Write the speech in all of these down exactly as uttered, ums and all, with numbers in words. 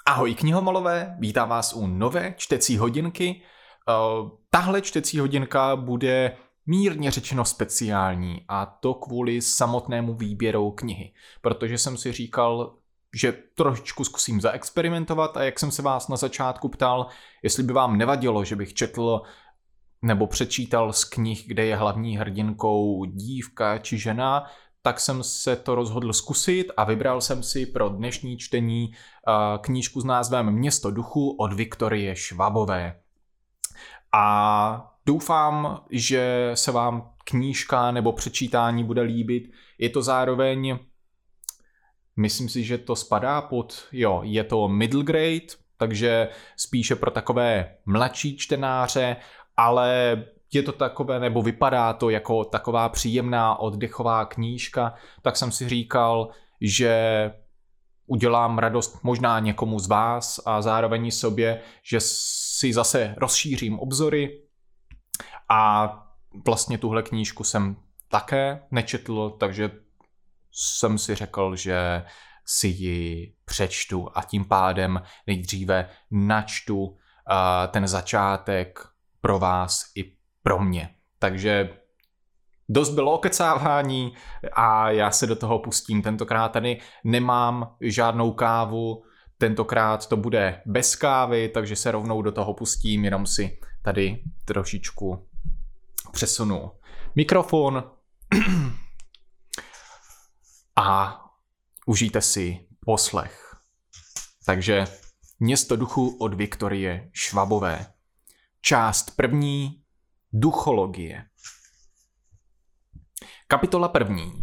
Ahoj knihomalové, vítám vás u nové čtecí hodinky. Uh, tahle čtecí hodinka bude mírně řečeno speciální a to kvůli samotnému výběru knihy, protože jsem si říkal, že trošičku zkusím zaexperimentovat a jak jsem se vás na začátku ptal, jestli by vám nevadilo, že bych četl nebo přečítal z knih, kde je hlavní hrdinkou dívka či žena, tak jsem se to rozhodl zkusit a vybral jsem si pro dnešní čtení knížku s názvem Město duchu od Viktorie Švabové. A doufám, že se vám knížka nebo přečítání bude líbit. Je to zároveň, myslím si, že to spadá pod, jo, je to middle grade, takže spíše pro takové mladší čtenáře, ale je to takové, nebo vypadá to jako taková příjemná oddechová knížka, tak jsem si říkal, že udělám radost možná někomu z vás a zároveň sobě, že si zase rozšířím obzory a vlastně tuhle knížku jsem také nečetl, takže jsem si řekl, že si ji přečtu a tím pádem nejdříve načtu uh, ten začátek pro vás i pro mě. Takže dost bylo okecávání a já se do toho pustím. Tentokrát tady nemám žádnou kávu, tentokrát to bude bez kávy, takže se rovnou do toho pustím, jenom si tady trošičku přesunu mikrofon a užijte si poslech. Takže Město duchu od Viktorie Švabové. Část první. Duchologie. Kapitola první.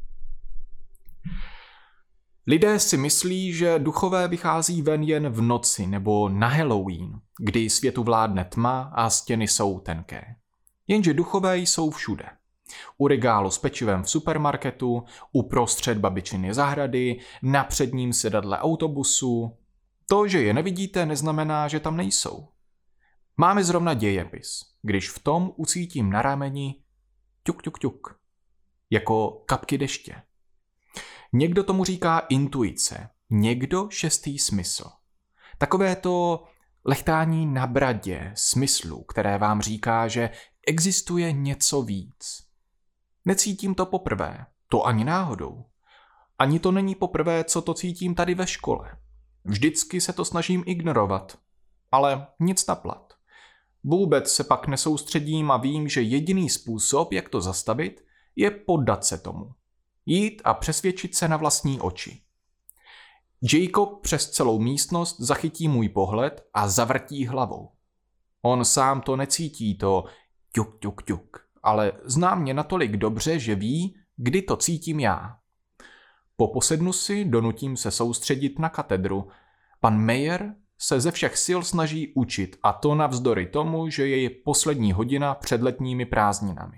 Lidé si myslí, že duchové vychází ven jen v noci nebo na Halloween, kdy světu vládne tma a stěny jsou tenké. Jenže duchové jsou všude. U regálu s pečivem v supermarketu, uprostřed babičiny zahrady, na předním sedadle autobusu. To, že je nevidíte, neznamená, že tam nejsou. Máme zrovna dějepis, když v tom ucítím na rameni ťuk, ťuk, ťuk, jako kapky deště. Někdo tomu říká intuice, někdo šestý smysl. Takové to lechtání na bradě smyslu, které vám říká, že existuje něco víc. Necítím to poprvé, to ani náhodou. Ani to není poprvé, co to cítím tady ve škole. Vždycky se to snažím ignorovat, ale nic naplat. Vůbec se pak nesoustředím a vím, že jediný způsob, jak to zastavit, je poddat se tomu. Jít a přesvědčit se na vlastní oči. Jacob přes celou místnost zachytí můj pohled a zavrtí hlavou. On sám to necítí, to ťuk, ťuk, ťuk, ale zná mě natolik dobře, že ví, kdy to cítím já. Po posednu si donutím se soustředit na katedru. Pan Mayer se ze všech sil snaží učit a to navzdory tomu, že je poslední hodina před letními prázdninami.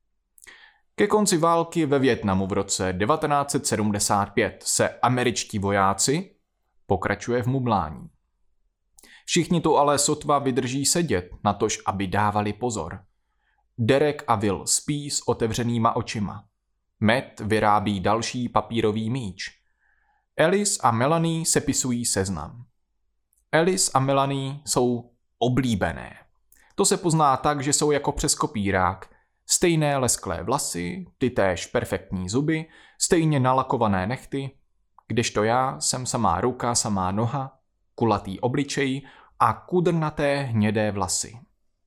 Ke konci války ve Vietnamu v roce devatenáct set sedmdesát pět se američtí vojáci pokračuje v mumlání. Všichni tu ale sotva vydrží sedět, natož aby dávali pozor. Derek a Will spí s otevřenýma očima. Matt vyrábí další papírový míč. Alice a Melanie sepisují seznam. Alice a Melanie jsou oblíbené. To se pozná tak, že jsou jako přes kopírák. Stejné lesklé vlasy, tytéž perfektní zuby, stejně nalakované nehty, kdežto já jsem samá ruka, samá noha, kulatý obličej a kudrnaté hnědé vlasy.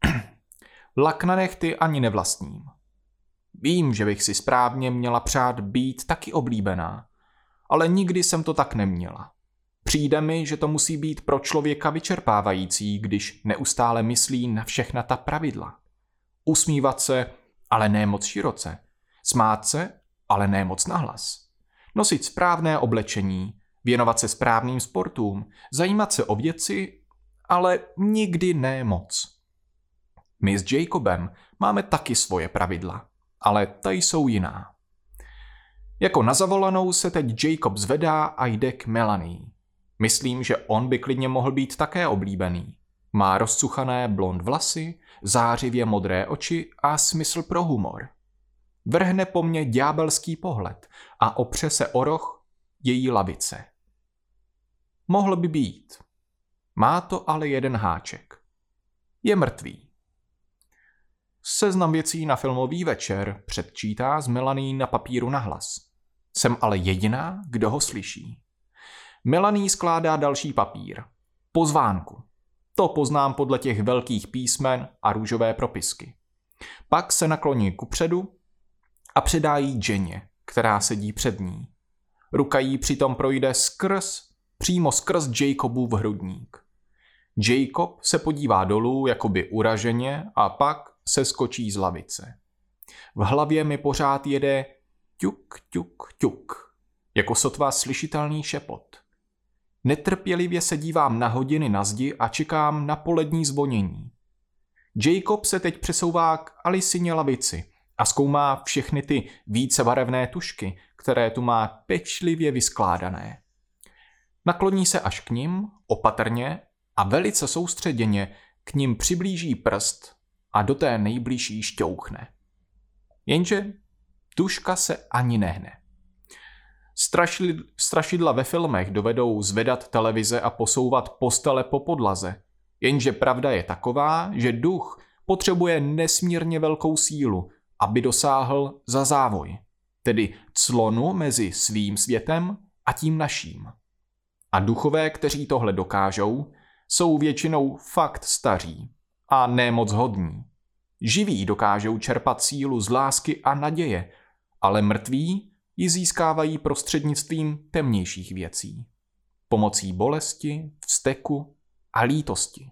Lak na nehty ani nevlastním. Vím, že bych si správně měla přát být taky oblíbená, ale nikdy jsem to tak neměla. Přijde mi, že to musí být pro člověka vyčerpávající, když neustále myslí na všechna ta pravidla. Usmívat se, ale ne moc široce. Smát se, ale ne moc nahlas. Nosit správné oblečení, věnovat se správným sportům, zajímat se o věci, ale nikdy ne moc. My s Jacobem máme taky svoje pravidla, ale ta jsou jiná. Jako na zavolanou se teď Jacob zvedá a jde k Melanie. Myslím, že on by klidně mohl být také oblíbený. Má rozcuchané blond vlasy, zářivě modré oči a smysl pro humor. Vrhne po mně ďábelský pohled a opře se o roh její lavice. Mohl by být, Má to ale jeden háček. Je mrtvý. Seznam věcí na filmový večer předčítá z Melanie na papíru nahlas. Jsem ale jediná, kdo ho slyší. Melanie skládá další papír. Pozvánku. To poznám podle těch velkých písmen a růžové propisky. Pak se nakloní kupředu a předá jí Jenně, která sedí před ní. Ruka jí přitom projde skrz, přímo skrz Jacobův hrudník. Jacob se podívá dolů, jakoby uraženě, a pak se skočí z lavice. V hlavě mi pořád jede ťuk, ťuk, ťuk, jako sotva slyšitelný šepot. Netrpělivě se dívám na hodiny na zdi a čekám na polední zvonění. Jacob se teď přesouvá k Alicině lavici a zkoumá všechny ty vícebarevné tušky, které tu má pečlivě vyskládané. Nakloní se až k nim, opatrně a velice soustředěně k nim přiblíží prst a do té nejbližší šťouchne. Jenže tuška se ani nehne. Strašidla, strašidla ve filmech dovedou zvedat televize a posouvat postele po podlaze, jenže pravda je taková, že duch potřebuje nesmírně velkou sílu, aby dosáhl za závoj, tedy clonu mezi svým světem a tím naším. A duchové, kteří tohle dokážou, jsou většinou fakt staří a ne moc hodní. Živí dokážou čerpat sílu z lásky a naděje, ale mrtví ji získávají prostřednictvím temnějších věcí. Pomocí bolesti, vzteku a lítosti.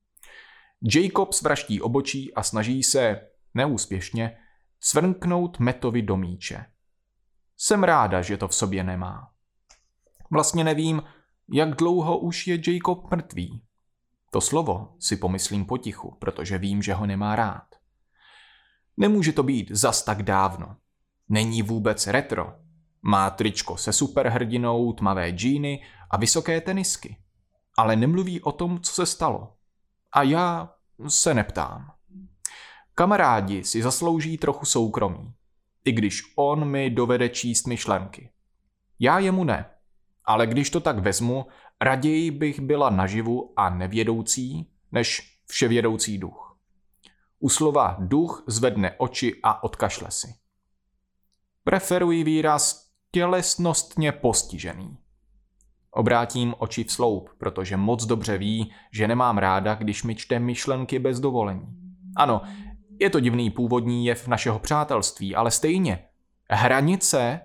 Jacob svraští obočí a snaží se, neúspěšně, cvrnknout Mattovi do míče. Jsem ráda, že to v sobě nemá. Vlastně nevím, jak dlouho už je Jacob mrtvý. To slovo si pomyslím potichu, protože vím, že ho nemá rád. Nemůže to být zas tak dávno. Není vůbec retro. Má tričko se superhrdinou, tmavé džíny a vysoké tenisky. Ale nemluví o tom, co se stalo. A já se neptám. Kamarádi si zaslouží trochu soukromí, i když on mi dovede číst myšlenky. Já jemu ne, ale když to tak vezmu, raději bych byla naživu a nevědoucí, než vševědoucí duch. U slova duch zvedne oči a odkašle si. Preferuji výraz tělesnostně postižený. Obrátím oči v sloup, protože moc dobře ví, že nemám ráda, když mi čte myšlenky bez dovolení. Ano, je to divný původní jev našeho přátelství, ale stejně. Hranice?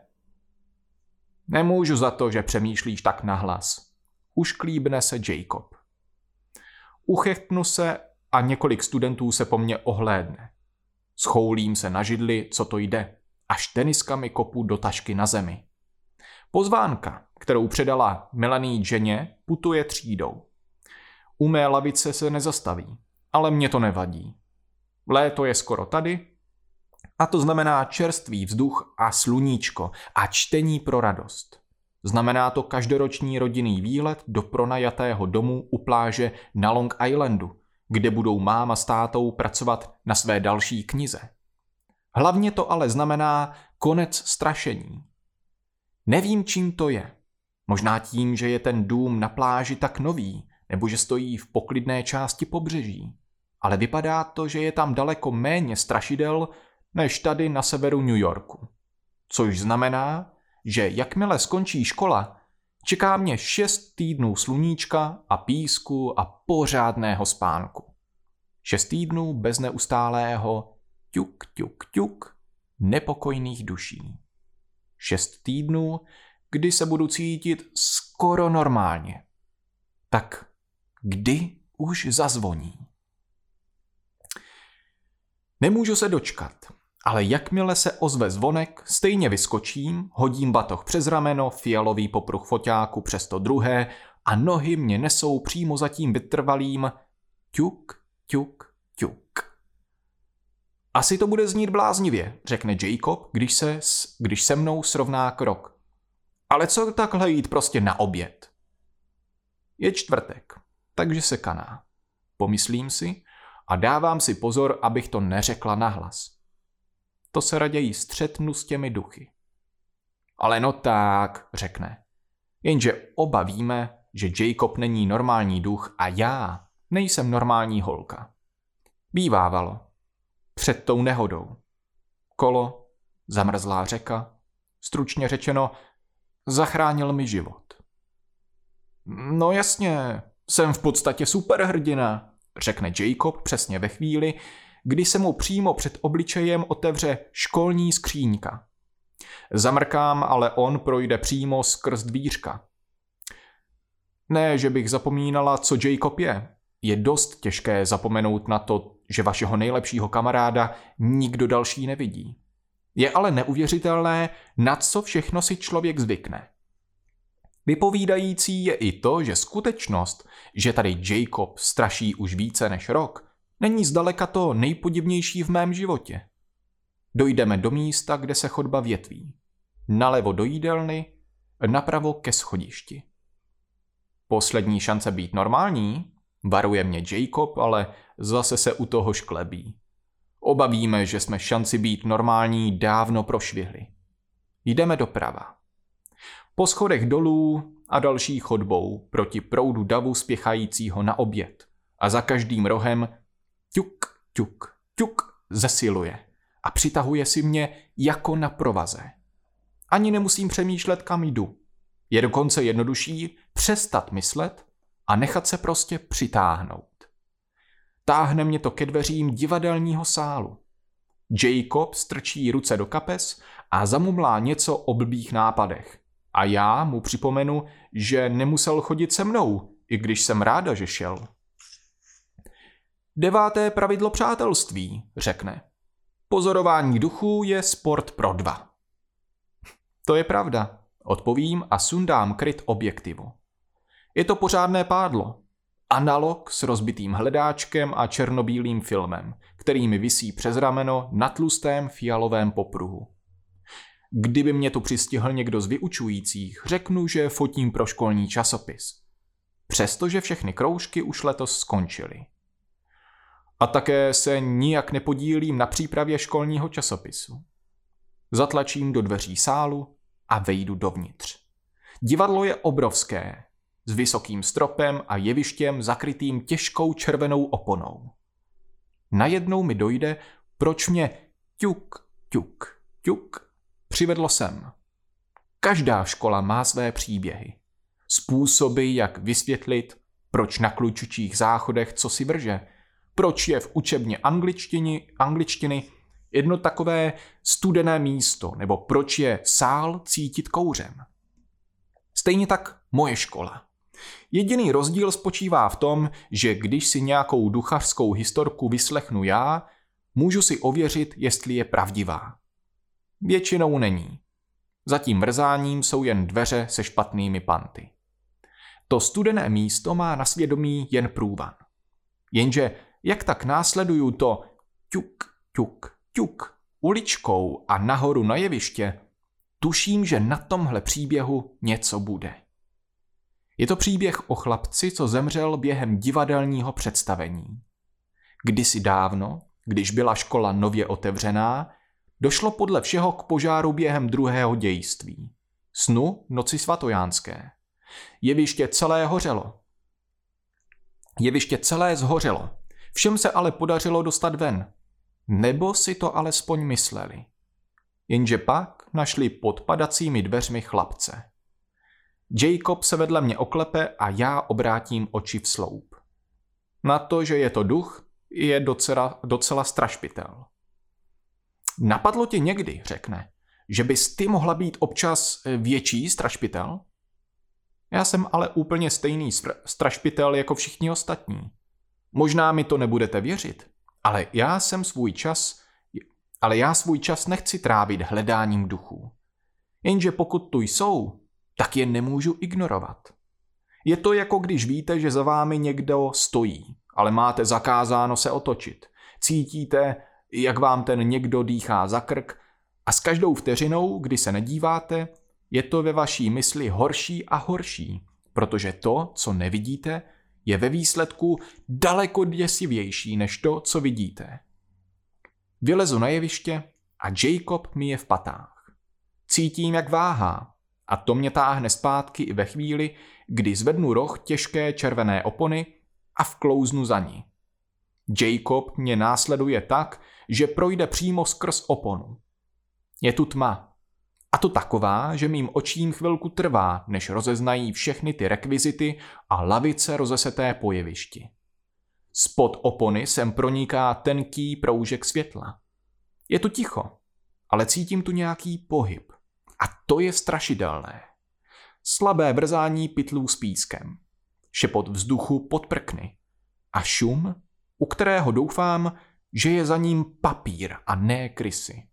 Nemůžu za to, že přemýšlíš tak nahlas. Ušklíbne se Jacob. Uchechtnu se a několik studentů se po mně ohlédne. Schoulím se na židli, co to jde, až teniskami kopu do tašky na zemi. Pozvánka, kterou předala Melanie Jenně, putuje třídou. U mé lavice se nezastaví, ale mě to nevadí. Léto je skoro tady a to znamená čerstvý vzduch a sluníčko a čtení pro radost. Znamená to každoroční rodinný výlet do pronajatého domu u pláže na Long Islandu, kde budou máma s tátou pracovat na své další knize. Hlavně to ale znamená konec strašení. Nevím, čím to je. Možná tím, že je ten dům na pláži tak nový, nebo že stojí v poklidné části pobřeží. Ale vypadá to, že je tam daleko méně strašidel, než tady na severu New Yorku. Což znamená, že jakmile skončí škola, čeká mě šest týdnů sluníčka a písku a pořádného spánku. Šest týdnů bez neustálého ťuk, ťuk, ťuk nepokojných duší. Šest týdnů, kdy se budu cítit skoro normálně. Tak kdy už zazvoní? Nemůžu se dočkat, ale jakmile se ozve zvonek, stejně vyskočím, hodím batoh přes rameno, fialový popruh foťáku přes to druhé a nohy mě nesou přímo za tím vytrvalým ťuk, ťuk, ťuk. Asi to bude znít bláznivě, řekne Jacob, když se, když se mnou srovná krok. Ale co takhle jít prostě na oběd? Je čtvrtek, takže se kaná. Pomyslím si a dávám si pozor, abych to neřekla nahlas. To se raději střetnu s těmi duchy. Ale no tak, řekne. Jenže oba víme, že Jacob není normální duch a já nejsem normální holka. Bývávalo. Před tou nehodou. Kolo, zamrzlá řeka, stručně řečeno, zachránil mi život. No jasně, jsem v podstatě superhrdina, řekne Jacob přesně ve chvíli, kdy se mu přímo před obličejem otevře školní skříňka. Zamrkám, ale on projde přímo skrz dvířka. Ne, že bych zapomínala, co Jacob je. Je dost těžké zapomenout na to, že vašeho nejlepšího kamaráda nikdo další nevidí. Je ale neuvěřitelné, na co všechno si člověk zvykne. Vypovídající je i to, že skutečnost, že tady Jacob straší už více než rok, není zdaleka to nejpodivnější v mém životě. Dojdeme do místa, kde se chodba větví. Nalevo do jídelny, napravo ke schodišti. Poslední šance být normální, varuje mě Jacob, ale zase se u toho šklebí. Oba víme, že jsme šanci být normální dávno prošvihli. Jdeme doprava. Po schodech dolů a další chodbou proti proudu davu spěchajícího na oběd a za každým rohem ťuk, ťuk, ťuk zesiluje a přitahuje si mě jako na provaze. Ani nemusím přemýšlet, kam jdu. Je dokonce jednodušší přestat myslet a nechat se prostě přitáhnout. Táhne mě to ke dveřím divadelního sálu. Jacob strčí ruce do kapes a zamumlá něco o blbých nápadech. A já mu připomenu, že nemusel chodit se mnou, i když jsem ráda, že šel. Deváté pravidlo přátelství, řekne. Pozorování duchů je sport pro dva. To je pravda, odpovím a sundám kryt objektivu. Je to pořádné pádlo. Analog s rozbitým hledáčkem a černobílým filmem, který mi visí přes rameno na tlustém fialovém popruhu. Kdyby mě tu přistihl někdo z vyučujících, řeknu, že fotím pro školní časopis. Přestože všechny kroužky už letos skončily. A také se nijak nepodílím na přípravě školního časopisu. Zatlačím do dveří sálu a vejdu dovnitř. Divadlo je obrovské, s vysokým stropem a jevištěm zakrytým těžkou červenou oponou. Najednou mi dojde, proč mě ťuk, ťuk, ťuk přivedlo sem. Každá škola má své příběhy. Způsoby, jak vysvětlit, proč na klučičích záchodech co si vrže, proč je v učebně angličtiny, angličtiny jedno takové studené místo, nebo proč je sál cítit kouřem. Stejně tak moje škola. Jediný rozdíl spočívá v tom, že když si nějakou duchařskou historku vyslechnu já, můžu si ověřit, jestli je pravdivá. Většinou není. Za tím vrzáním jsou jen dveře se špatnými panty. To studené místo má na svědomí jen průvan. Jenže jak tak následuju to ťuk, ťuk, ťuk uličkou a nahoru na jeviště, tuším, že na tomhle příběhu něco bude. Je to příběh o chlapci, co zemřel během divadelního představení. Kdysi dávno, když byla škola nově otevřená, došlo podle všeho k požáru během druhého dějství. Snu noci svatojánské. Jeviště celé hořelo. Jeviště celé zhořelo. Všem se ale podařilo dostat ven. Nebo si to alespoň mysleli. Jenže pak našli pod padacími dveřmi chlapce. Jacob se vedle mě oklepe a já obrátím oči v sloup. Na to, že je to duch, je docela, docela strašpitel. Napadlo tě někdy, řekne, že bys ty mohla být občas větší strašpitel? Já jsem ale úplně stejný strašpitel jako všichni ostatní. Možná mi to nebudete věřit, ale já jsem svůj čas, ale já svůj čas nechci trávit hledáním duchů. Jenže pokud tu jsou, tak je nemůžu ignorovat. Je to jako když víte, že za vámi někdo stojí, ale máte zakázáno se otočit. Cítíte, jak vám ten někdo dýchá za krk a s každou vteřinou, kdy se nedíváte, je to ve vaší mysli horší a horší, protože to, co nevidíte, je ve výsledku daleko děsivější než to, co vidíte. Vylezu na jeviště a Jacob mi je v patách. Cítím, jak váhá, a to mě táhne zpátky i ve chvíli, kdy zvednu roh těžké červené opony a vklouznu za ní. Jacob mě následuje tak, že projde přímo skrz oponu. Je tu tma. A to taková, že mým očím chvilku trvá, než rozeznají všechny ty rekvizity a lavice rozeseté po jevišti. Spod opony sem proniká tenký proužek světla. Je tu ticho, ale cítím tu nějaký pohyb. A to je strašidelné. Slabé brzání pytlů s pískem. Šepot vzduchu pod prkny. A šum, u kterého doufám, že je za ním papír a ne krysy.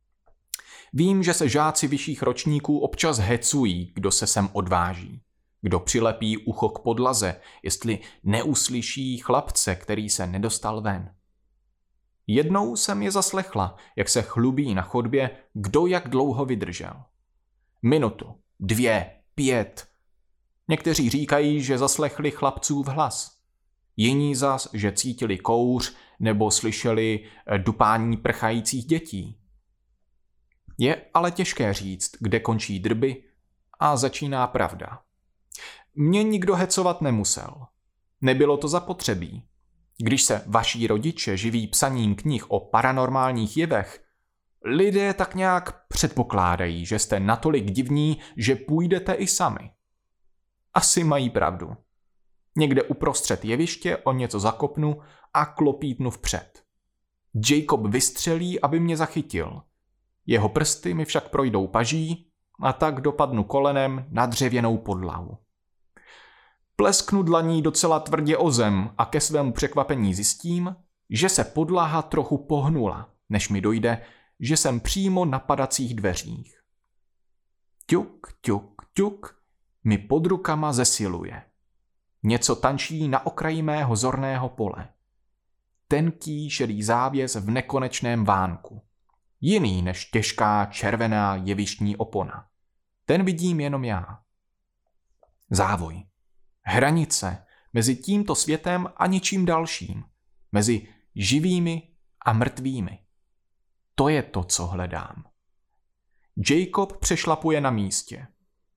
Vím, že se žáci vyšších ročníků občas hecují, kdo se sem odváží. Kdo přilepí ucho k podlaze, jestli neuslyší chlapce, který se nedostal ven. Jednou jsem je zaslechla, jak se chlubí na chodbě, kdo jak dlouho vydržel. Minutu, dvě, pět. Někteří říkají, že zaslechli chlapcův hlas. Jiní zas, že cítili kouř nebo slyšeli dupání prchajících dětí. Je ale těžké říct, kde končí drby a začíná pravda. Mě nikdo hecovat nemusel. Nebylo to zapotřebí. Když se vaši rodiče živí psaním knih o paranormálních jevech, lidé tak nějak předpokládají, že jste natolik divní, že půjdete i sami. Asi mají pravdu. Někde uprostřed jeviště o něco zakopnu a klopítnu vpřed. Jacob vystřelí, aby mě zachytil. Jeho prsty mi však projdou paží a tak dopadnu kolenem na dřevěnou podlahu. Plesknu dlaní docela tvrdě o zem a ke svému překvapení zjistím, že se podlaha trochu pohnula, než mi dojde, že jsem přímo na padacích dveřích. Ťuk, ťuk, ťuk mi pod rukama zesiluje. Něco tančí na okraji mého zorného pole. Tenký šedý závěs v nekonečném vánku. Jiný než těžká červená jevištní opona. Ten vidím jenom já. Závoj. Hranice mezi tímto světem a ničím dalším. Mezi živými a mrtvými. To je to, co hledám. Jacob přešlapuje na místě.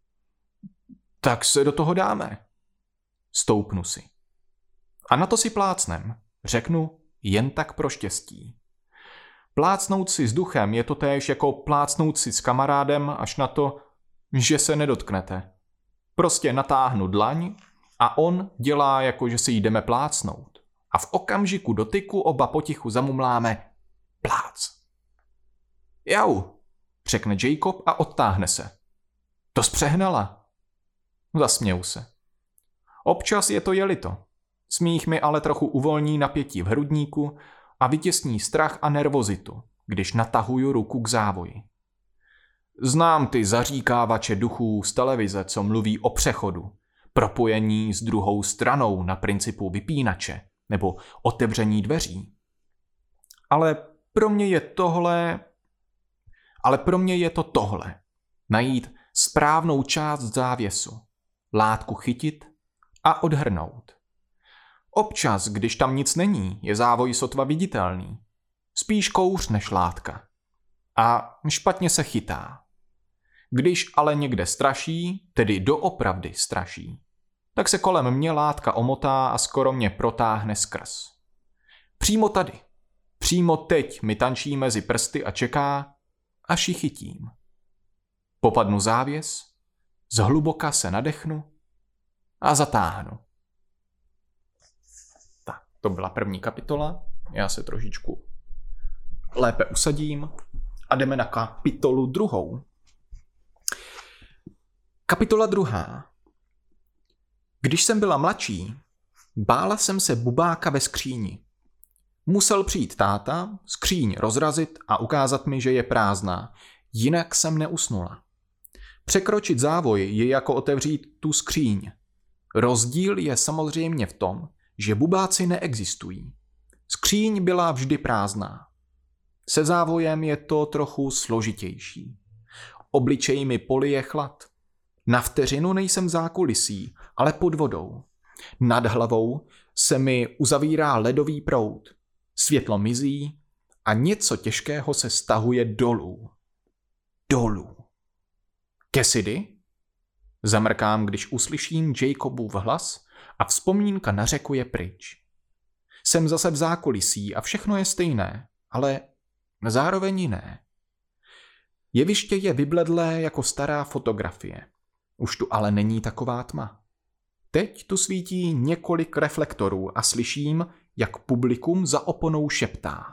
Tak se do toho dáme. Stoupnu si. A na to si plácnem. Řeknu jen tak pro štěstí. Plácnout si s duchem je to též jako plácnout si s kamarádem až na to, že se nedotknete. Prostě natáhnu dlaň a on dělá jako, že si jdeme plácnout. A v okamžiku dotyku oba potichu zamumláme plác. Jau, řekne Jacob a odtáhne se. To zpřehnala. Zasměju se. Občas je to jelito. Smích mi ale trochu uvolní napětí v hrudníku a vytěsní strach a nervozitu, když natahuju ruku k závoji. Znám ty zaříkávače duchů z televize, co mluví o přechodu, propojení s druhou stranou na principu vypínače nebo otevření dveří. Ale pro mě je tohle... Ale pro mě je to tohle. Najít správnou část závěsu, látku chytit a odhrnout. Občas, když tam nic není, je závoj sotva viditelný. Spíš kouř než látka. A špatně se chytá. Když ale někde straší, tedy doopravdy straší, tak se kolem mě látka omotá a skoro mě protáhne skrz. Přímo tady, přímo teď mi tančí mezi prsty a čeká, až ji chytím. Popadnu závěs, zhluboka se nadechnu a zatáhnu. Tak, to byla první kapitola. Já se trošičku lépe usadím a jdeme na kapitolu druhou. Kapitola druhá. Když jsem byla mladší, bála jsem se bubáka ve skříni. Musel přijít táta, skříň rozrazit a ukázat mi, že je prázdná, jinak jsem neusnula. Překročit závoj je jako otevřít tu skříň. Rozdíl je samozřejmě v tom, že bubáci neexistují. Skříň byla vždy prázdná. Se závojem je to trochu složitější. Obličej mi polije chlad. Na vteřinu nejsem zákulisí, ale pod vodou. Nad hlavou se mi uzavírá ledový proud. Světlo mizí a něco těžkého se stahuje dolů. Dolů. Cassidy? Zamrkám, když uslyším Jacobův hlas a vzpomínka na řeku je pryč. Jsem zase v zákulisí a všechno je stejné, ale zároveň ne. Jeviště je vybledlé jako stará fotografie. Už tu ale není taková tma. Teď tu svítí několik reflektorů a slyším, jak publikum za oponou šeptá.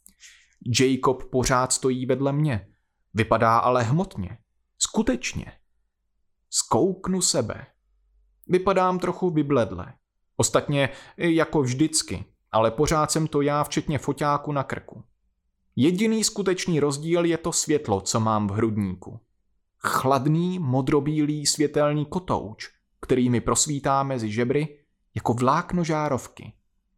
Jacob pořád stojí vedle mě, vypadá ale hmotně, skutečně. Zkouknu sebe. Vypadám trochu vybledle. Ostatně jako vždycky, ale pořád jsem to já včetně foťáku na krku. Jediný skutečný rozdíl je to světlo, co mám v hrudníku. Chladný, modrobílý světelný kotouč, který mi prosvítá mezi žebry jako vlákno žárovky.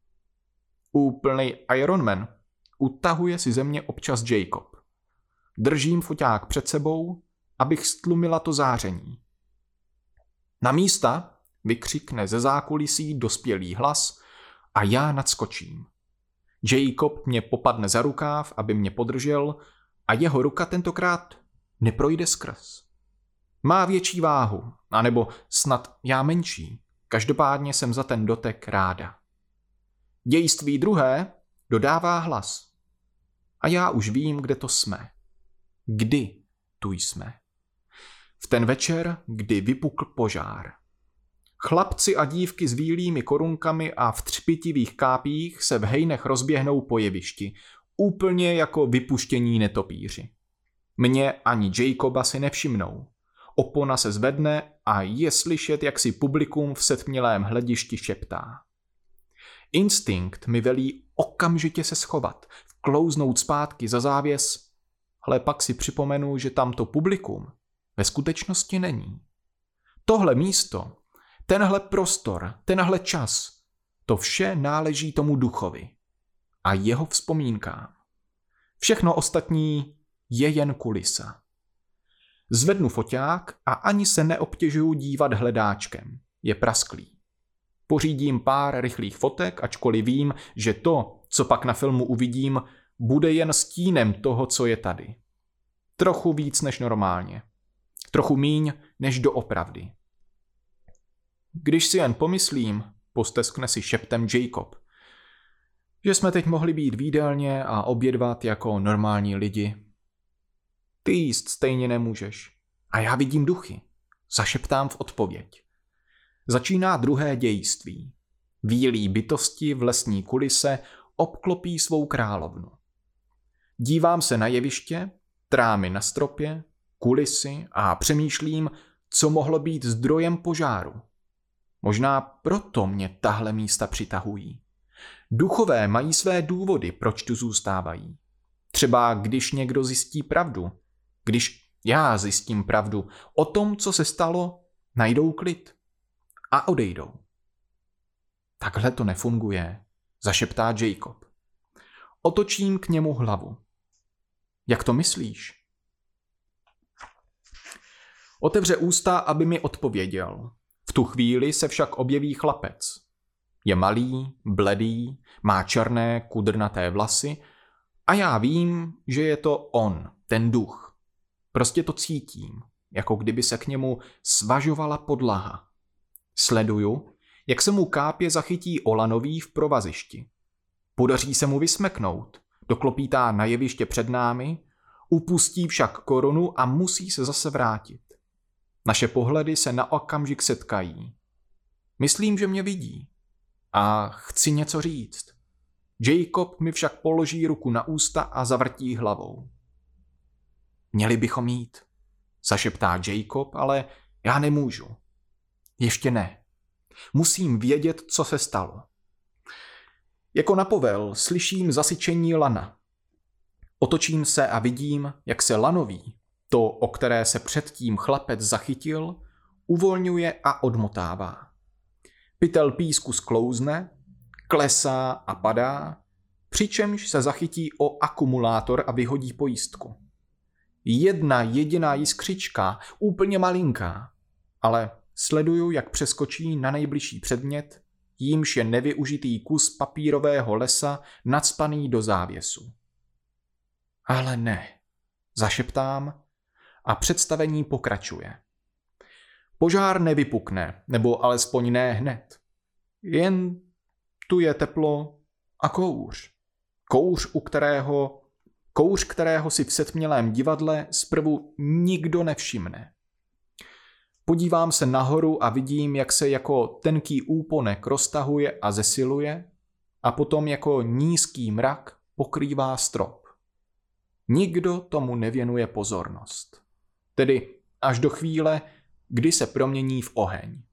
Úplnej Ironman. Utahuje si ze mě občas Jacob. Držím foťák před sebou, abych stlumila to záření. Na místa, vykřikne ze zákulisí dospělý hlas a já nadskočím. Jacob mě popadne za rukáv, aby mě podržel a jeho ruka tentokrát neprojde skrz. Má větší váhu, anebo snad já menší. Každopádně jsem za ten dotek ráda. Dějství druhé dodává hlas. A já už vím, kde to jsme. Kdy tu jsme. V ten večer, kdy vypukl požár. Chlapci a dívky s bílými korunkami a v třpitivých kápích se v hejnech rozběhnou po jevišti, úplně jako vypuštění netopíři. Mě ani Jacoba si nevšimnou. Opona se zvedne a je slyšet, jak si publikum v setmělém hledišti šeptá. Instinkt mi velí okamžitě se schovat, vklouznout zpátky za závěs, ale pak si připomenu, že tamto publikum ve skutečnosti není. Tohle místo, tenhle prostor, tenhle čas, to vše náleží tomu duchovi a jeho vzpomínkám. Všechno ostatní je jen kulisa. Zvednu foťák a ani se neobtěžuju dívat hledáčkem. Je prasklý. Pořídím pár rychlých fotek, ačkoliv vím, že to, co pak na filmu uvidím, bude jen stínem toho, co je tady. Trochu víc než normálně. Trochu míň než doopravdy. Když si jen pomyslím, posteskne si šeptem Jacob, že jsme teď mohli být v jídelně a obědvat jako normální lidi. Ty jíst stejně nemůžeš. A já vidím duchy. Zašeptám v odpověď. Začíná druhé dějství. Bílí bytosti v lesní kulise obklopí svou královnu. Dívám se na jeviště, trámy na stropě, kulisy a přemýšlím, co mohlo být zdrojem požáru. Možná proto mě tahle místa přitahují. Duchové mají své důvody, proč tu zůstávají. Třeba když někdo zjistí pravdu, když já zjistím pravdu o tom, co se stalo, najdou klid a odejdou. Takhle to nefunguje, zašeptá Jacob. Otočím k němu hlavu. Jak to myslíš? Otevře ústa, aby mi odpověděl. V tu chvíli se však objeví chlapec. Je malý, bledý, má černé, kudrnaté vlasy a já vím, že je to on, ten duch. Prostě to cítím, jako kdyby se k němu svažovala podlaha. Sleduju, jak se mu kápě zachytí olanový v provazišti. Podaří se mu vysmeknout, doklopítá na jeviště před námi, upustí však korunu a musí se zase vrátit. Naše pohledy se na okamžik setkají. Myslím, že mě vidí. A chci něco říct. Jacob mi však položí ruku na ústa a zavrtí hlavou. Měli bychom jít, zašeptá Jacob, ale já nemůžu. Ještě ne. Musím vědět, co se stalo. Jako na povel slyším zasyčení lana. Otočím se a vidím, jak se lanový, to, o které se předtím chlapec zachytil, uvolňuje a odmotává. Pytel písku sklouzne, klesá a padá, přičemž se zachytí o akumulátor a vyhodí pojistku. Jedna jediná jiskřička, úplně malinká, ale sleduju, jak přeskočí na nejbližší předmět, jímž je nevyužitý kus papírového lesa nacpaný do závěsu. Ale ne, zašeptám a představení pokračuje. Požár nevypukne, nebo alespoň ne hned. Jen tu je teplo a kouř. Kouř, u kterého, kouř, kterého si v setmělém divadle zprvu nikdo nevšimne. Podívám se nahoru a vidím, jak se jako tenký úponek roztahuje a zesiluje a potom jako nízký mrak pokrývá strop. Nikdo tomu nevěnuje pozornost. Tedy až do chvíle, kdy se promění v oheň.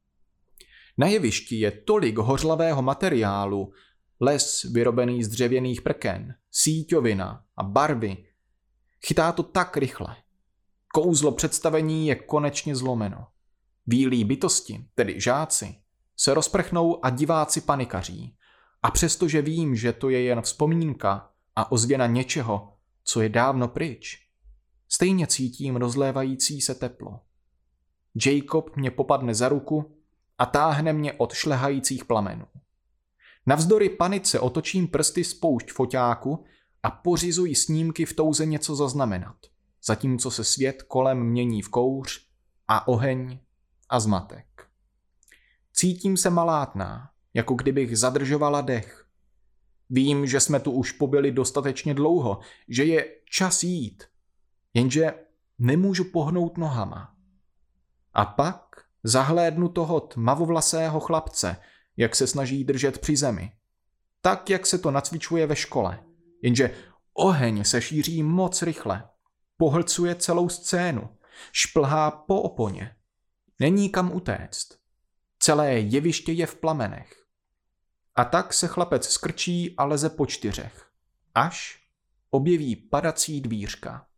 Na jevišti je tolik hořlavého materiálu, les vyrobený z dřevěných prken, síťovina a barvy. Chytá to tak rychle. Kouzlo představení je konečně zlomeno. Bílí bytosti, tedy žáci, se rozprchnou a diváci panikaří. A přestože vím, že to je jen vzpomínka a ozvěna něčeho, co je dávno pryč, stejně cítím rozlévající se teplo. Jacob mě popadne za ruku a táhne mě od šlehajících plamenů. Navzdory panice otočím prsty spoušť foťáku a pořizuji snímky v touze něco zaznamenat, zatímco se svět kolem mění v kouř a oheň a zmatek. Cítím se malátná, jako kdybych zadržovala dech. Vím, že jsme tu už pobyli dostatečně dlouho, že je čas jít, jenže nemůžu pohnout nohama. A pak zahlédnu toho tmavovlasého chlapce, jak se snaží držet při zemi. Tak, jak se to nacvičuje ve škole. Jenže oheň se šíří moc rychle. Pohlcuje celou scénu. Šplhá po oponě. Není kam utéct. Celé jeviště je v plamenech. A tak se chlapec skrčí a leze po čtyřech. Až objeví padací dvířka.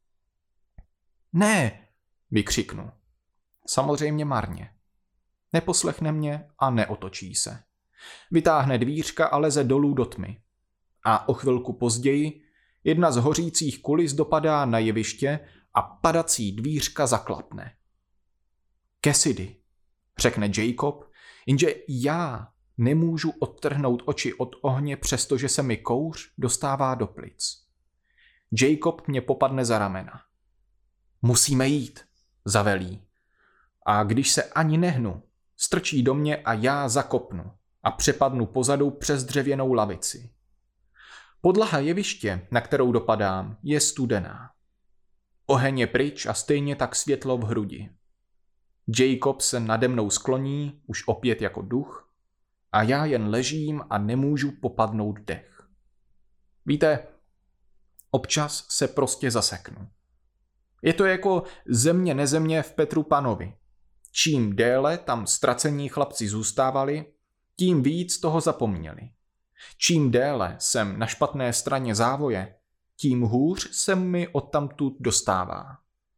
Ne, vykřiknu. Samozřejmě marně. Neposlechne mě a neotočí se. Vytáhne dvířka a leze dolů do tmy. A o chvilku později jedna z hořících kulis dopadá na jeviště a padací dvířka zaklapne. Cassidy, řekne Jacob, jenže já nemůžu odtrhnout oči od ohně, přestože se mi kouř dostává do plic. Jacob mě popadne za ramena. Musíme jít, zavelí. A když se ani nehnu, strčí do mě a já zakopnu a přepadnu pozadu přes dřevěnou lavici. Podlaha jeviště, na kterou dopadám, je studená. Oheň je pryč a stejně tak světlo v hrudi. Jacob se nade mnou skloní, už opět jako duch, a já jen ležím a nemůžu popadnout dech. Víte, občas se prostě zaseknu. Je to jako země nezemě v Petru Panovi. Čím déle tam ztracení chlapci zůstávali, tím víc toho zapomněli. Čím déle jsem na špatné straně závoje, tím hůř se mi odtamtud dostává.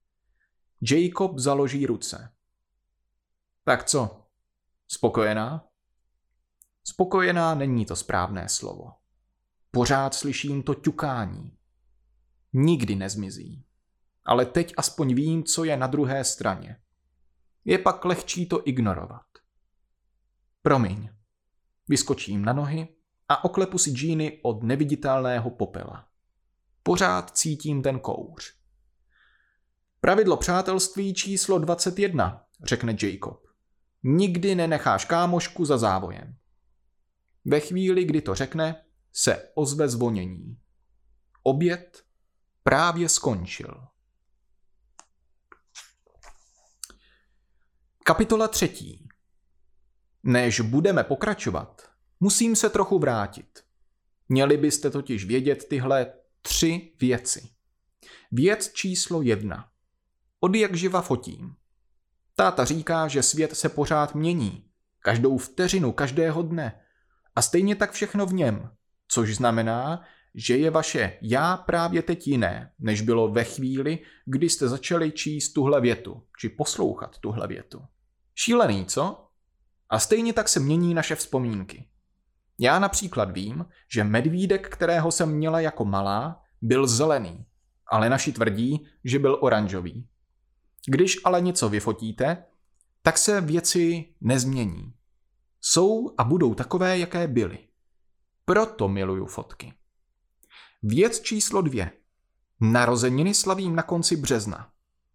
Jacob založí ruce. Tak co? Spokojená? Spokojená není to správné slovo. Pořád slyším to ťukání. Nikdy nezmizí. Ale teď aspoň vím, co je na druhé straně. Je pak lehčí to ignorovat. Promiň. Vyskočím na nohy a oklepu si džíny od neviditelného popela. Pořád cítím ten kouř. Pravidlo přátelství číslo dvacet jedna, řekne Jacob. Nikdy nenecháš kámošku za závojem. Ve chvíli, kdy to řekne, se ozve zvonění. Oběd právě skončil. Kapitola třetí. Než budeme pokračovat, musím se trochu vrátit. Měli byste totiž vědět tyhle tři věci. Věc číslo jedna. Od jak živa fotím. Táta říká, že svět se pořád mění. Každou vteřinu, každého dne. A stejně tak všechno v něm. Což znamená, že je vaše já právě teď jiné, než bylo ve chvíli, kdy jste začali číst tuhle větu, či poslouchat tuhle větu. Šílený, co? A stejně tak se mění naše vzpomínky. Já například vím, že medvídek, kterého jsem měla jako malá, byl zelený, ale naši tvrdí, že byl oranžový. Když ale něco vyfotíte, tak se věci nezmění. Jsou a budou takové, jaké byly. Proto miluju fotky. Věc číslo dvě. Narozeniny slavím na konci března.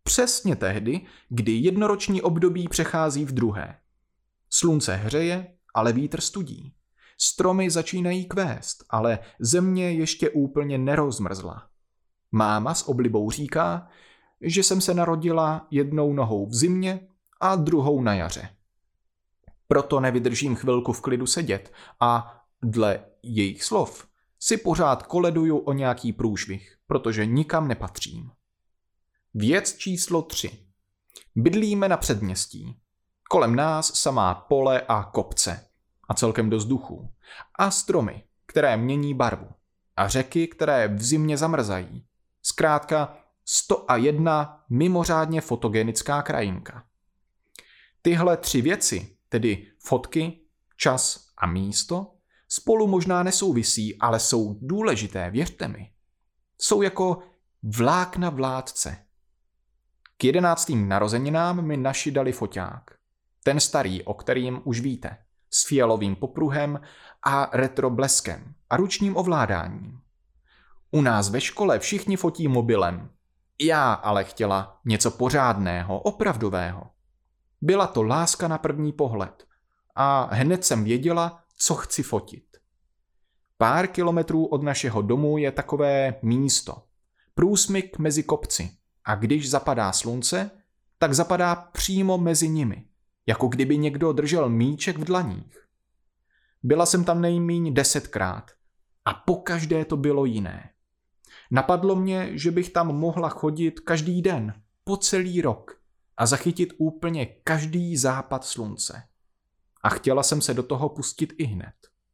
Přesně tehdy, kdy jednoroční období přechází v druhé. Slunce hřeje, ale vítr studí. Stromy začínají kvést, ale země ještě úplně nerozmrzla. Máma s oblibou říká, že jsem se narodila jednou nohou v zimě a druhou na jaře. Proto nevydržím chvilku v klidu sedět a, dle jejich slov, si pořád koleduju o nějaký průšvih, protože nikam nepatřím. Věc číslo tři. Bydlíme na předměstí. Kolem nás samá pole a kopce a celkem dost duchů. A stromy, které mění barvu. A řeky, které v zimě zamrzají. Zkrátka sto a jedna mimořádně fotogenická krajinka. Tyhle tři věci, tedy fotky, čas a místo, spolu možná nesouvisí, ale jsou důležité, věřte mi. Jsou jako vlákna vládce. K jedenáctým narozeninám mi naši dali foťák. Ten starý, o kterým už víte, s fialovým popruhem a retro bleskem a ručním ovládáním. U nás ve škole všichni fotí mobilem. Já ale chtěla něco pořádného, opravdového. Byla to láska na první pohled a hned jsem věděla, co chci fotit. Pár kilometrů od našeho domu je takové místo. Průsmyk mezi kopci a když zapadá slunce, tak zapadá přímo mezi nimi, jako kdyby někdo držel míček v dlaních. Byla jsem tam nejmíň desetkrát a pokaždé to bylo jiné. Napadlo mě, že bych tam mohla chodit každý den, po celý rok a zachytit úplně každý západ slunce. A chtěla jsem se do toho pustit i hned.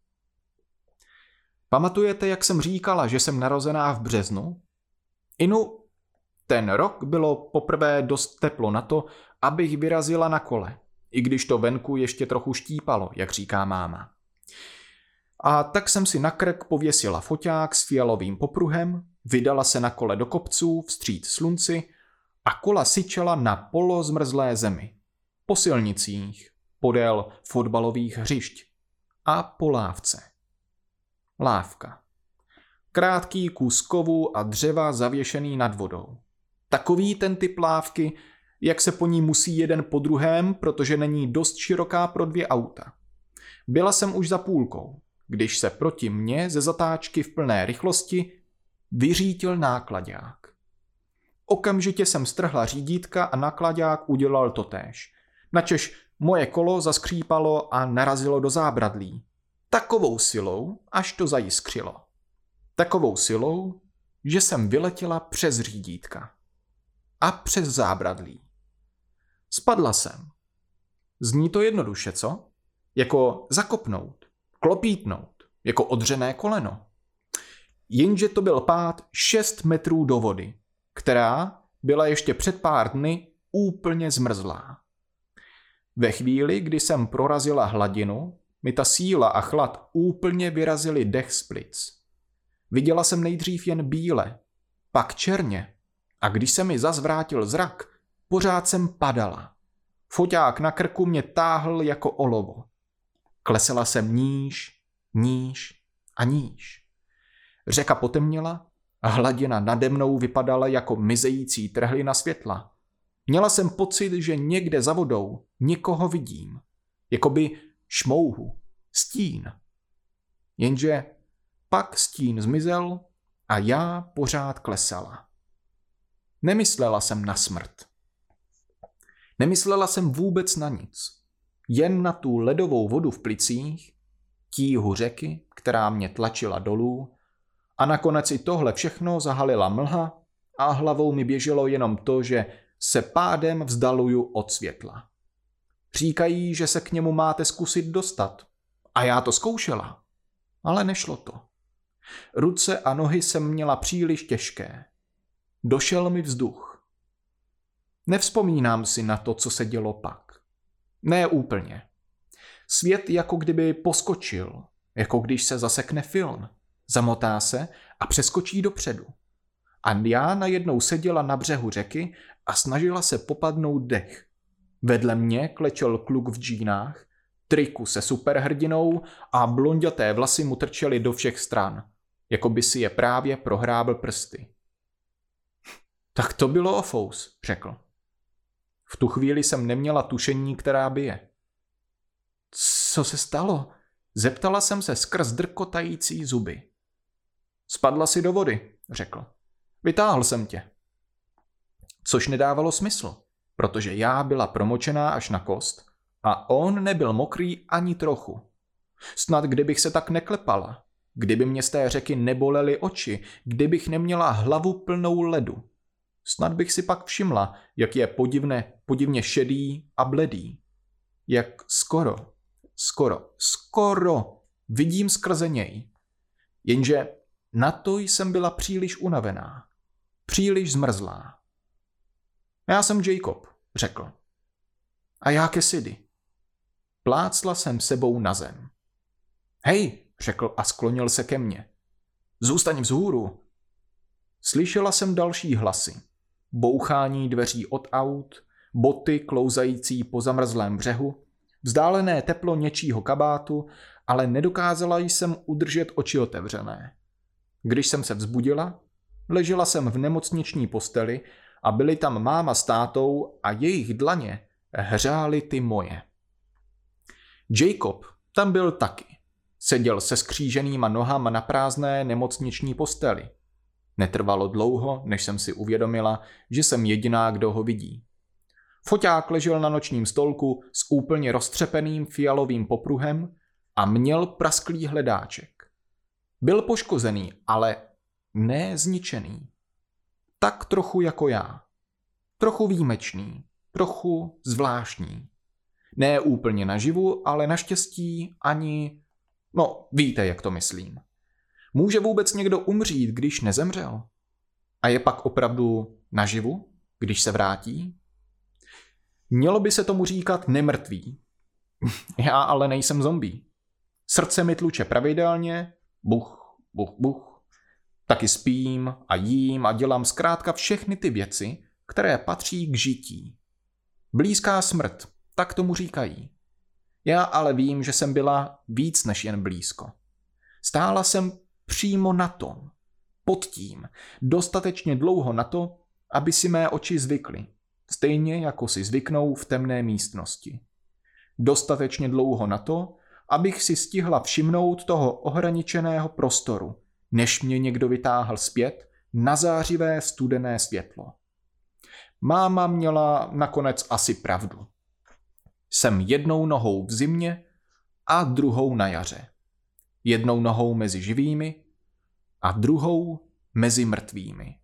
Pamatujete, jak jsem říkala, že jsem narozená v březnu? Inu, ten rok bylo poprvé dost teplo na to, abych vyrazila na kole, i když to venku ještě trochu štípalo, jak říká máma. A tak jsem si na krk pověsila foťák s fialovým popruhem, vydala se na kole do kopců vstříc slunci a kola syčela na polozmrzlé zemi. Po silnicích, podél fotbalových hřišť a po lávce. Lávka. Krátký kus kovu a dřeva zavěšený nad vodou. Takový ten typ lávky, jak se po ní musí jeden po druhém, protože není dost široká pro dvě auta. Byla jsem už za půlkou, když se proti mně ze zatáčky v plné rychlosti vyřítil náklaďák. Okamžitě jsem strhla řídítka a náklaďák udělal totéž. Načež moje kolo zaskřípalo a narazilo do zábradlí. Takovou silou, až to zajiskřilo. Takovou silou, že jsem vyletěla přes řídítka. A přes zábradlí. Spadla jsem. Zní to jednoduše, co? Jako zakopnout, klopítnout, jako odřené koleno. Jenže to byl pád šest metrů do vody, která byla ještě před pár dny úplně zmrzlá. Ve chvíli, kdy jsem prorazila hladinu, mi ta síla a chlad úplně vyrazili dech z plic. Viděla jsem nejdřív jen bíle, pak černě a když se mi zas vrátil zrak, pořád jsem padala. Foťák na krku mě táhl jako olovo. Klesela jsem níž, níž a níž. Řeka potemněla a hladina nade mnou vypadala jako mizející trhlina světla. Měla jsem pocit, že někde za vodou někoho vidím. Jakoby šmouhu, stín. Jenže pak stín zmizel a já pořád klesala. Nemyslela jsem na smrt. Nemyslela jsem vůbec na nic. Jen na tu ledovou vodu v plicích, tíhu řeky, která mě tlačila dolů, a nakonec i tohle všechno zahalila mlha a hlavou mi běželo jenom to, že se pádem vzdaluju od světla. Říkají, že se k němu máte zkusit dostat. A já to zkoušela. Ale nešlo to. Ruce a nohy jsem měla příliš těžké. Došel mi vzduch. Nevzpomínám si na to, co se dělo pak. Ne úplně. Svět jako kdyby poskočil, jako když se zasekne film. Zamotá se a přeskočí dopředu. A já najednou seděla na břehu řeky a snažila se popadnout dech. Vedle mě klečel kluk v džínách, triku se superhrdinou a blonděté vlasy mu trčely do všech stran, jako by si je právě prohrábl prsty. Tak to bylo ofous, řekl. V tu chvíli jsem neměla tušení, která bije. Co se stalo? Zeptala jsem se skrz drkotající zuby. Spadla si do vody, řekl. Vytáhl jsem tě. Což nedávalo smysl, protože já byla promočená až na kost a on nebyl mokrý ani trochu. Snad kdybych se tak neklepala, kdyby mě z té řeky nebolely oči, kdybych neměla hlavu plnou ledu. Snad bych si pak všimla, jak je podivné, podivně šedý a bledý. Jak skoro, skoro, skoro vidím skrze něj. Jenže na to jsem byla příliš unavená, příliš zmrzlá. Já jsem Jacob, řekl. A já Cassidy. Plácla jsem sebou na zem. Hej, řekl a sklonil se ke mně. Zůstaň vzhůru. Slyšela jsem další hlasy. Bouchání dveří od aut, boty klouzající po zamrzlém břehu, vzdálené teplo něčího kabátu, ale nedokázala jsem udržet oči otevřené. Když jsem se vzbudila, ležela jsem v nemocniční posteli a byli tam máma s tátou a jejich dlaně hřály ty moje. Jacob tam byl taky. Seděl se skříženýma nohama na prázdné nemocniční posteli. Netrvalo dlouho, než jsem si uvědomila, že jsem jediná, kdo ho vidí. Foťák ležel na nočním stolku s úplně roztřepeným fialovým popruhem a měl prasklý hledáček. Byl poškozený, ale ne zničený. Tak trochu jako já. Trochu výjimečný, trochu zvláštní. Ne úplně naživu, ale naštěstí ani... No, víte, jak to myslím. Může vůbec někdo umřít, když nezemřel? A je pak opravdu naživu, když se vrátí? Mělo by se tomu říkat nemrtvý. Já ale nejsem zombie. Srdce mi tluče pravidelně, buch, buch, buch. Taky spím a jím a dělám zkrátka všechny ty věci, které patří k žití. Blízká smrt, tak tomu říkají. Já ale vím, že jsem byla víc než jen blízko. Stála jsem přímo na tom, pod tím, dostatečně dlouho na to, aby si mé oči zvykly, stejně jako si zvyknou v temné místnosti. Dostatečně dlouho na to, abych si stihla všimnout toho ohraničeného prostoru, než mě někdo vytáhl zpět na zářivé studené světlo. Máma měla nakonec asi pravdu. Jsem jednou nohou v zimě a druhou na jaře. Jednou nohou mezi živými a druhou mezi mrtvými.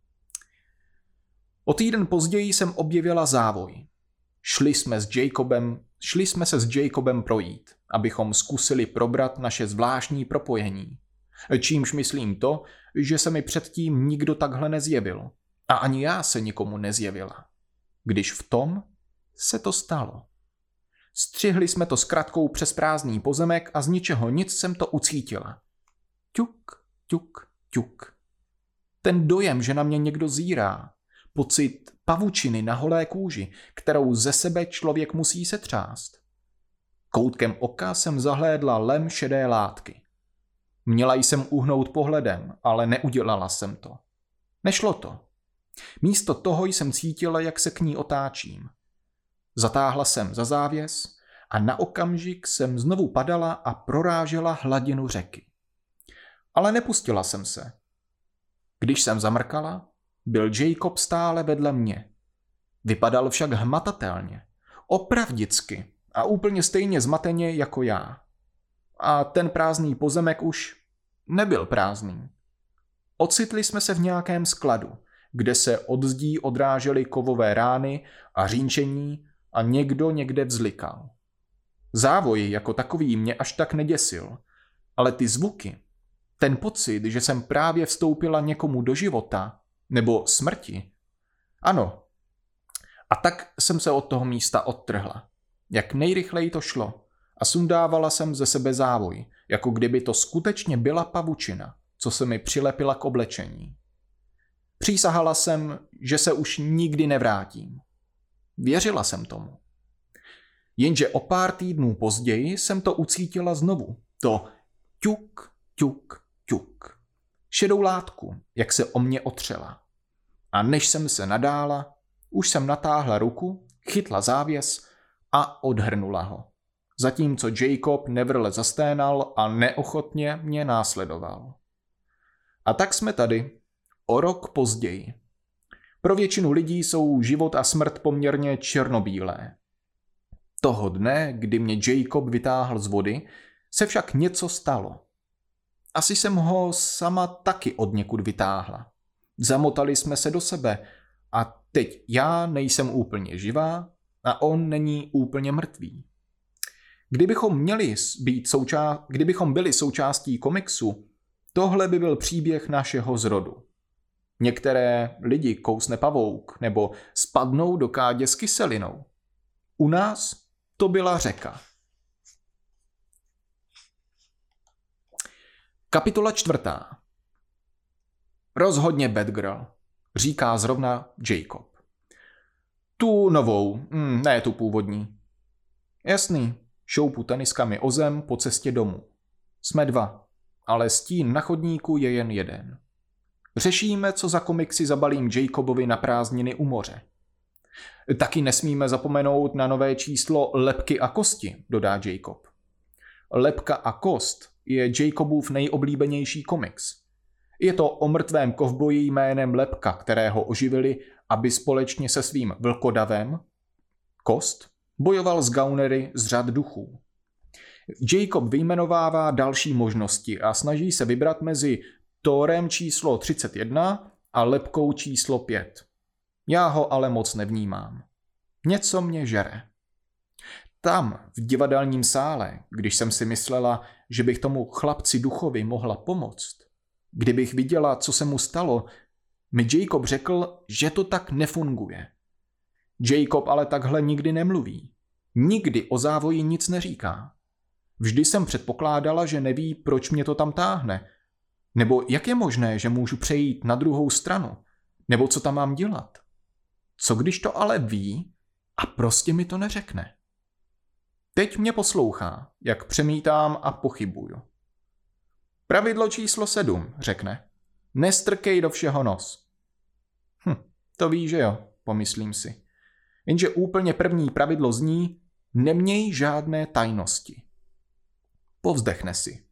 O týden později jsem objevila závoj. Šli jsme s Jacobem, šli jsme se s Jacobem projít, abychom zkusili probrat naše zvláštní propojení. Čímž myslím to, že se mi předtím nikdo takhle nezjevil. A ani já se nikomu nezjevila. Když v tom se to stalo. Střihli jsme to s kratkou přes prázdný pozemek a z ničeho nic jsem to ucítila. Ťuk, ťuk, ťuk. Ten dojem, že na mě někdo zírá. Pocit pavučiny na holé kůži, kterou ze sebe člověk musí setřást. Koutkem oka jsem zahlédla lem šedé látky. Měla jsem uhnout pohledem, ale neudělala jsem to. Nešlo to. Místo toho jsem cítila, jak se k ní otáčím. Zatáhla jsem za závěs a na okamžik jsem znovu padala a prorážela hladinu řeky. Ale nepustila jsem se. Když jsem zamrkala, byl Jacob stále vedle mě. Vypadal však hmatatelně, opravdicky a úplně stejně zmateně jako já. A ten prázdný pozemek už nebyl prázdný. Ocitli jsme se v nějakém skladu, kde se od zdí odrážely kovové rány a řínčení a někdo někde vzlikal. Závoj jako takový mě až tak neděsil, ale ty zvuky, ten pocit, že jsem právě vstoupila někomu do života nebo smrti. Ano. A tak jsem se od toho místa odtrhla. Jak nejrychleji to šlo a sundávala jsem ze sebe závoj, jako kdyby to skutečně byla pavučina, co se mi přilepila k oblečení. Přísahala jsem, že se už nikdy nevrátím. Věřila jsem tomu. Jenže o pár týdnů později jsem to ucítila znovu. To ťuk, ťuk, ťuk. Šedou látku, jak se o mě otřela. A než jsem se nadála, už jsem natáhla ruku, chytla závěs a odhrnula ho. Zatímco Jacob nevrle zasténal a neochotně mě následoval. A tak jsme tady, o rok později. Pro většinu lidí jsou život a smrt poměrně černobílé. Toho dne, kdy mě Jacob vytáhl z vody, se však něco stalo. Asi jsem ho sama taky odněkud vytáhla. Zamotali jsme se do sebe a teď já nejsem úplně živá a on není úplně mrtvý. Kdybychom měli být souča- kdybychom byli součástí komiksu, tohle by byl příběh našeho zrodu. Některé lidi kousne pavouk nebo spadnou do kádě s kyselinou. U nás to byla řeka. Kapitola čtvrtá. Rozhodně Batgirl, říká zrovna Jacob. Tu novou, mm, ne tu původní. Jasný, šoupu teniskami o zem po cestě domů. Jsme dva, ale stín na chodníku je jen jeden. Řešíme, co za komiksy zabalím Jacobovi na prázdniny u moře. Taky nesmíme zapomenout na nové číslo Lebky a kosti, dodá Jacob. Lebka a kost je Jacobův nejoblíbenější komiks. Je to o mrtvém kovboji jménem Lebka, kterého oživili, aby společně se svým vlkodavem, Kost, bojoval s gaunery z řad duchů. Jacob vyjmenovává další možnosti a snaží se vybrat mezi Thorem číslo třicet jedna a Lebkou číslo pět. Já ho ale moc nevnímám. Něco mě žere. Tam, v divadelním sále, když jsem si myslela, že bych tomu chlapci duchovi mohla pomoct, kdybych viděla, co se mu stalo, mi Jacob řekl, že to tak nefunguje. Jacob ale takhle nikdy nemluví. Nikdy o závoji nic neříká. Vždy jsem předpokládala, že neví, proč mě to tam táhne. Nebo jak je možné, že můžu přejít na druhou stranu? Nebo co tam mám dělat? Co když to ale ví a prostě mi to neřekne? Teď mě poslouchá, jak přemítám a pochybuju. Pravidlo číslo sedm, řekne. Nestrkej do všeho nos. Hm, to ví, že jo, pomyslím si. Jenže úplně první pravidlo zní, neměj žádné tajnosti. Povzdechne si.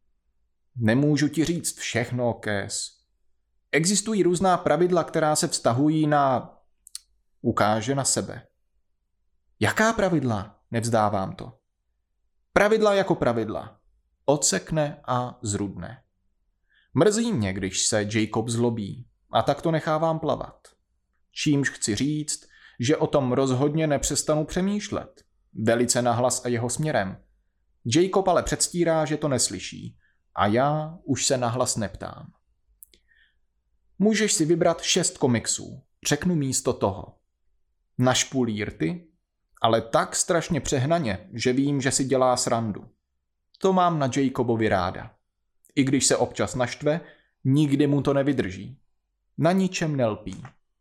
Nemůžu ti říct všechno, Kes. Existují různá pravidla, která se vztahují na... Ukáže na sebe. Jaká pravidla? Nevzdávám to. Pravidla jako pravidla. Odsekne a zrudne. Mrzí mě, když se Jacob zlobí, a tak to nechávám plavat. Čímž chci říct, že o tom rozhodně nepřestanu přemýšlet. Velice nahlas a jeho směrem. Jacob ale předstírá, že to neslyší. A já už se nahlas neptám. Můžeš si vybrat šest komiksů, řeknu místo toho. Našpulí rty, ale tak strašně přehnaně, že vím, že si dělá srandu. To mám na Jacobovi ráda. I když se občas naštve, nikdy mu to nevydrží. Na ničem nelpí.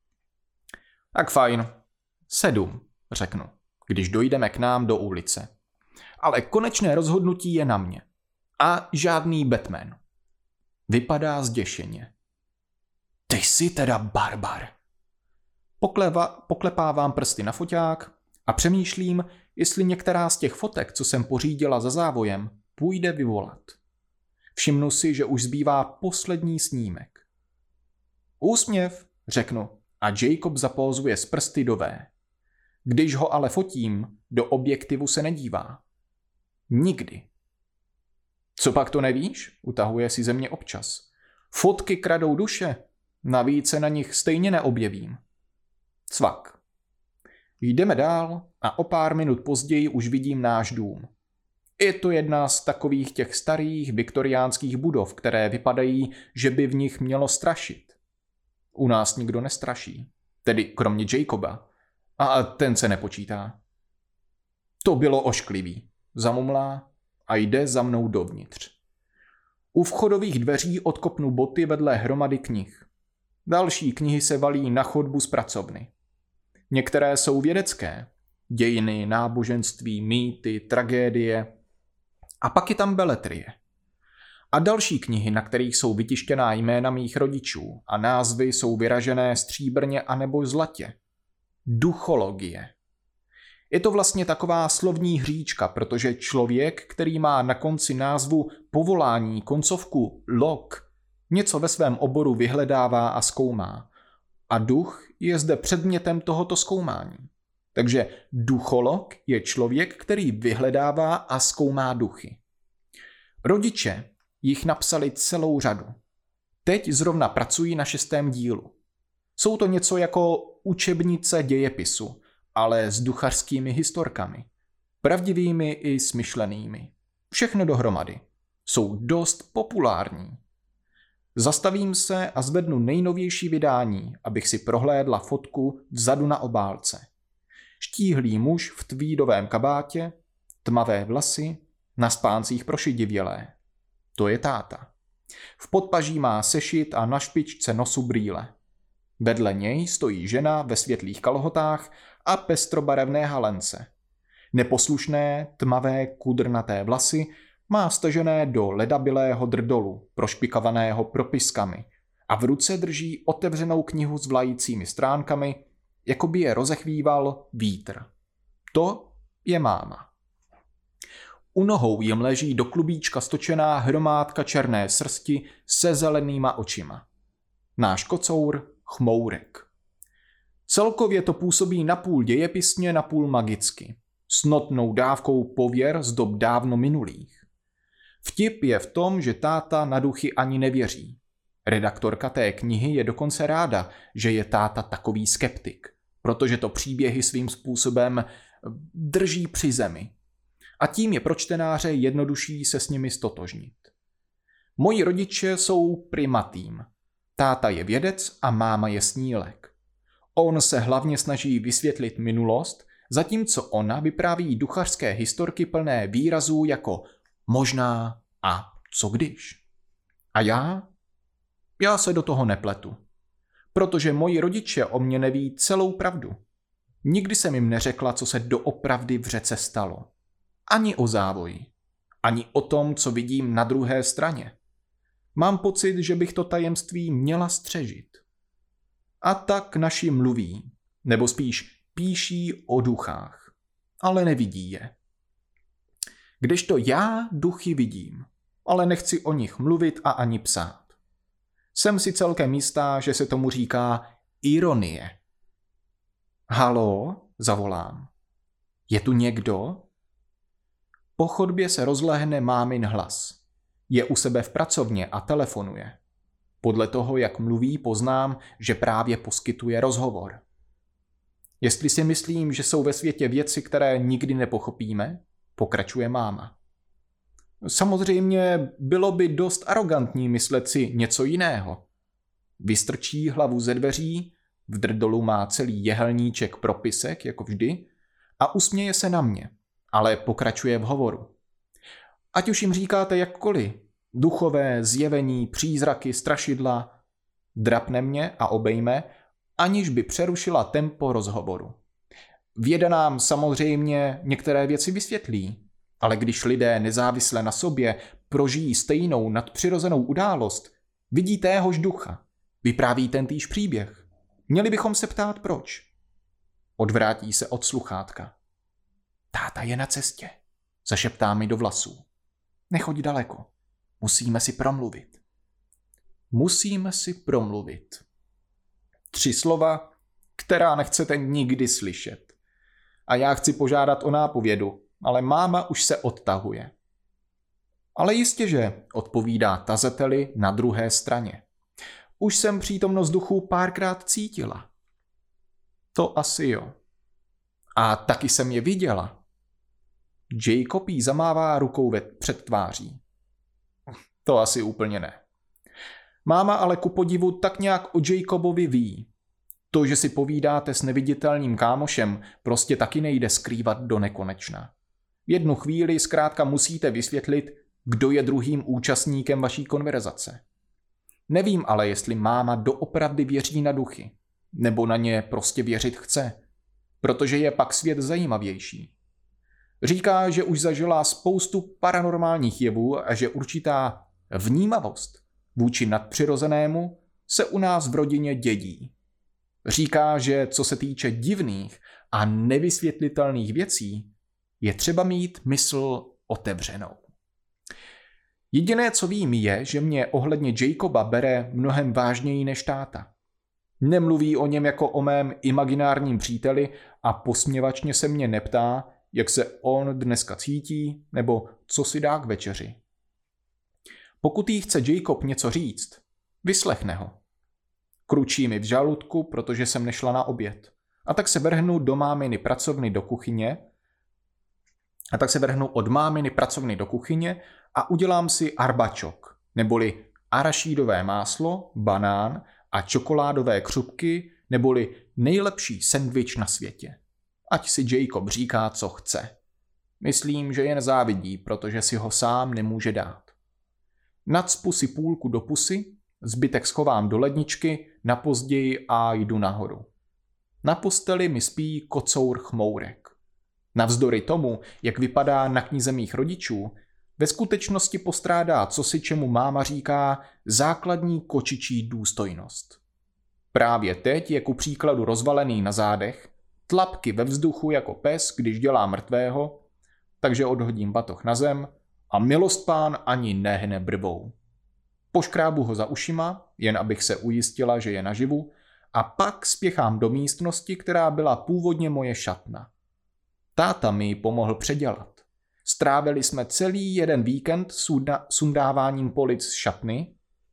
Tak fajn. Sedm, řeknu, když dojdeme k nám do ulice. Ale konečné rozhodnutí je na mě. A žádný Batman. Vypadá zděšeně. Ty jsi teda barbar. Pokleva, poklepávám prsty na foťák a přemýšlím, jestli některá z těch fotek, co jsem pořídila za závojem, půjde vyvolat. Všimnu si, že už zbývá poslední snímek. Úsměv, řeknu, a Jacob zapózuje z prsty do V. Když ho ale fotím, do objektivu se nedívá. Nikdy. Co pak to nevíš? Utahuje si ze mě občas. Fotky kradou duše, navíc se na nich stejně neobjevím. Cvak. Jdeme dál a o pár minut později už vidím náš dům. Je to jedna z takových těch starých viktoriánských budov, které vypadají, že by v nich mělo strašit. U nás nikdo nestraší, tedy kromě Jacoba. A ten se nepočítá. To bylo ošklivý, zamumlá a jde za mnou dovnitř. U vchodových dveří odkopnu boty vedle hromady knih. Další knihy se valí na chodbu z pracovny. Některé jsou vědecké. Dějiny, náboženství, mýty, tragédie. A pak je tam beletrie. A další knihy, na kterých jsou vytištěná jména mých rodičů a názvy jsou vyražené stříbrně anebo zlatě. Duchologie. Je to vlastně taková slovní hříčka, protože člověk, který má na konci názvu povolání koncovku log, něco ve svém oboru vyhledává a zkoumá. A duch je zde předmětem tohoto zkoumání. Takže ducholog je člověk, který vyhledává a zkoumá duchy. Rodiče jich napsali celou řadu. Teď zrovna pracují na šestém dílu. Jsou to něco jako učebnice dějepisu, ale s duchařskými historkami. Pravdivými i smyšlenými. Všechno dohromady. Jsou dost populární. Zastavím se a zvednu nejnovější vydání, abych si prohlédla fotku vzadu na obálce. Štíhlý muž v tweedovém kabátě, tmavé vlasy, na spáncích prošidivělé. To je táta. V podpaží má sešit a na špičce nosu brýle. Vedle něj stojí žena ve světlých kalhotách a pestrobarevné halence. Neposlušné, tmavé, kudrnaté vlasy má stažené do ledabilého drdolu, prošpikavaného propiskami, a v ruce drží otevřenou knihu s vlajícími stránkami, jako by je rozechvíval vítr. To je máma. U nohou jim leží do klubíčka stočená hromádka černé srsti se zelenýma očima. Náš kocour Chmourek. Celkově to působí napůl dějepisně, napůl magicky, s notnou dávkou pověr z dob dávno minulých. Vtip je v tom, že táta na duchy ani nevěří. Redaktorka té knihy je dokonce ráda, že je táta takový skeptik, protože to příběhy svým způsobem drží při zemi. A tím je pro čtenáře jednodušší se s nimi stotožnit. Moji rodiče jsou primatým. Táta je vědec a máma je snílek. On se hlavně snaží vysvětlit minulost, zatímco ona vypráví duchařské historky plné výrazů jako možná a co když. A já? Já se do toho nepletu. Protože moji rodiče o mě neví celou pravdu. Nikdy jsem jim neřekla, co se doopravdy v řece stalo. Ani o závoji. Ani o tom, co vidím na druhé straně. Mám pocit, že bych to tajemství měla střežit. A tak naši mluví, nebo spíš píší o duchách, ale nevidí je. Kdežto já duchy vidím, ale nechci o nich mluvit a ani psát. Jsem si celkem jistá, že se tomu říká ironie. Haló, zavolám. Je tu někdo? Po chodbě se rozlehne mámin hlas. Je u sebe v pracovně a telefonuje. Podle toho, jak mluví, poznám, že právě poskytuje rozhovor. Jestli si myslím, že jsou ve světě věci, které nikdy nepochopíme, pokračuje máma. Samozřejmě bylo by dost arrogantní myslet si něco jiného. Vystrčí hlavu ze dveří, v drdolu má celý jehelníček propisek, jako vždy, a usměje se na mě, ale pokračuje v hovoru. Ať už jim říkáte jakkoliv, duchové, zjevení, přízraky, strašidla, drapne mě a obejme, aniž by přerušila tempo rozhovoru. Věda nám samozřejmě některé věci vysvětlí, ale když lidé nezávisle na sobě prožijí stejnou nadpřirozenou událost, vidí téhož ducha, vypráví tentýž příběh. Měli bychom se ptát proč. Odvrátí se od sluchátka. Táta je na cestě, zašeptá mi do vlasů. Nechoď daleko, musíme si promluvit. Musíme si promluvit. Tři slova, která nechcete nikdy slyšet. A já chci požádat o nápovědu, ale máma už se odtahuje. Ale jistěže, odpovídá tazateli na druhé straně. Už jsem přítomnost duchů párkrát cítila. To asi jo. A taky jsem je viděla. Jacob jí zamává rukou před tváří. To asi úplně ne. Máma ale ku podivu tak nějak o Jacobovi ví. To, že si povídáte s neviditelným kámošem, prostě taky nejde skrývat do nekonečna. V jednu chvíli zkrátka musíte vysvětlit, kdo je druhým účastníkem vaší konverzace. Nevím ale, jestli máma doopravdy věří na duchy, nebo na ně prostě věřit chce, protože je pak svět zajímavější. Říká, že už zažila spoustu paranormálních jevů a že určitá vnímavost vůči nadpřirozenému se u nás v rodině dědí. Říká, že co se týče divných a nevysvětlitelných věcí, je třeba mít mysl otevřenou. Jediné, co vím, je, že mě ohledně Jacoba bere mnohem vážněji než táta. Nemluví o něm jako o mém imaginárním příteli a posměvačně se mě neptá, jak se on dneska cítí nebo co si dá k večeři. Pokud jí chce Jacob něco říct, vyslechne ho. Kručí mi v žaludku, protože jsem nešla na oběd. A tak se vrhnu do máminy pracovny do kuchyně a tak se vrhnu od máminy pracovny do kuchyně a udělám si arbačok, neboli arašídové máslo, banán a čokoládové křupky, neboli nejlepší sendvič na světě. Ať si Jacob říká, co chce. Myslím, že jen závidí, protože si ho sám nemůže dát. Nacpu si půlku do pusy, zbytek schovám do ledničky, na později a jdu nahoru. Na posteli mi spí kocour Chmourek. Navzdory tomu, jak vypadá na knize mých rodičů, ve skutečnosti postrádá cosi, čemu máma říká základní kočičí důstojnost. Právě teď je ku příkladu rozvalený na zádech, tlapky ve vzduchu jako pes, když dělá mrtvého, takže odhodím batoh na zem a milostpán ani nehne brvou. Poškrábu ho za ušima, jen abych se ujistila, že je naživu, a pak spěchám do místnosti, která byla původně moje šatna. Táta mi ji pomohl předělat. Strávili jsme celý jeden víkend sunda- sundáváním polic z šatny.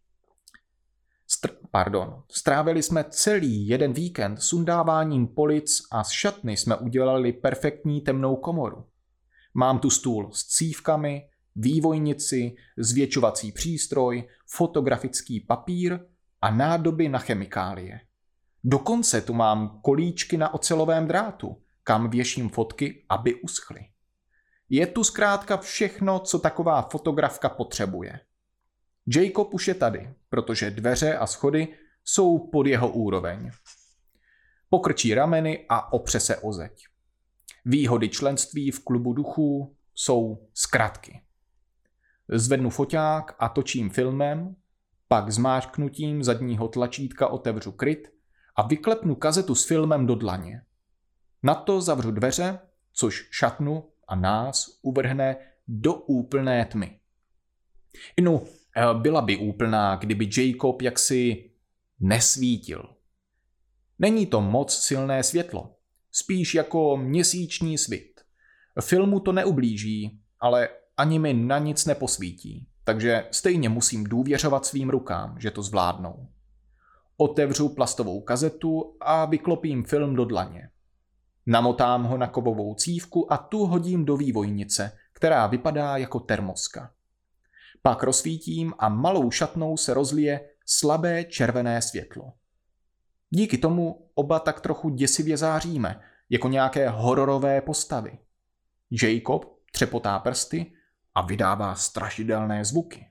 Str- pardon. Strávili jsme celý jeden víkend sundáváním polic a z šatny jsme udělali perfektní temnou komoru. Mám tu stůl s cívkami, vývojnici, zvětšovací přístroj, fotografický papír a nádoby na chemikálie. Dokonce tu mám kolíčky na ocelovém drátu, kam věším fotky, aby uschly. Je tu zkrátka všechno, co taková fotografka potřebuje. Jacob už je tady, protože dveře a schody jsou pod jeho úroveň. Pokrčí rameny a opře se o zeď. Výhody členství v klubu duchů jsou zkratky. Zvednu foťák a točím filmem, pak zmáčknutím zadního tlačítka otevřu kryt a vyklepnu kazetu s filmem do dlaně. Na to zavřu dveře, což šatnu a nás uvrhne do úplné tmy. No, byla by úplná, kdyby Jacob jaksi nesvítil. Není to moc silné světlo, spíš jako měsíční svit. Filmu to neublíží, ale ani mi na nic neposvítí, takže stejně musím důvěřovat svým rukám, že to zvládnou. Otevřu plastovou kazetu a vyklopím film do dlaně. Namotám ho na kovovou cívku a tu hodím do vývojnice, která vypadá jako termoska. Pak rozsvítím a malou šatnou se rozlije slabé červené světlo. Díky tomu oba tak trochu děsivě záříme, jako nějaké hororové postavy. Jacob třepotá prsty a vydává strašidelné zvuky.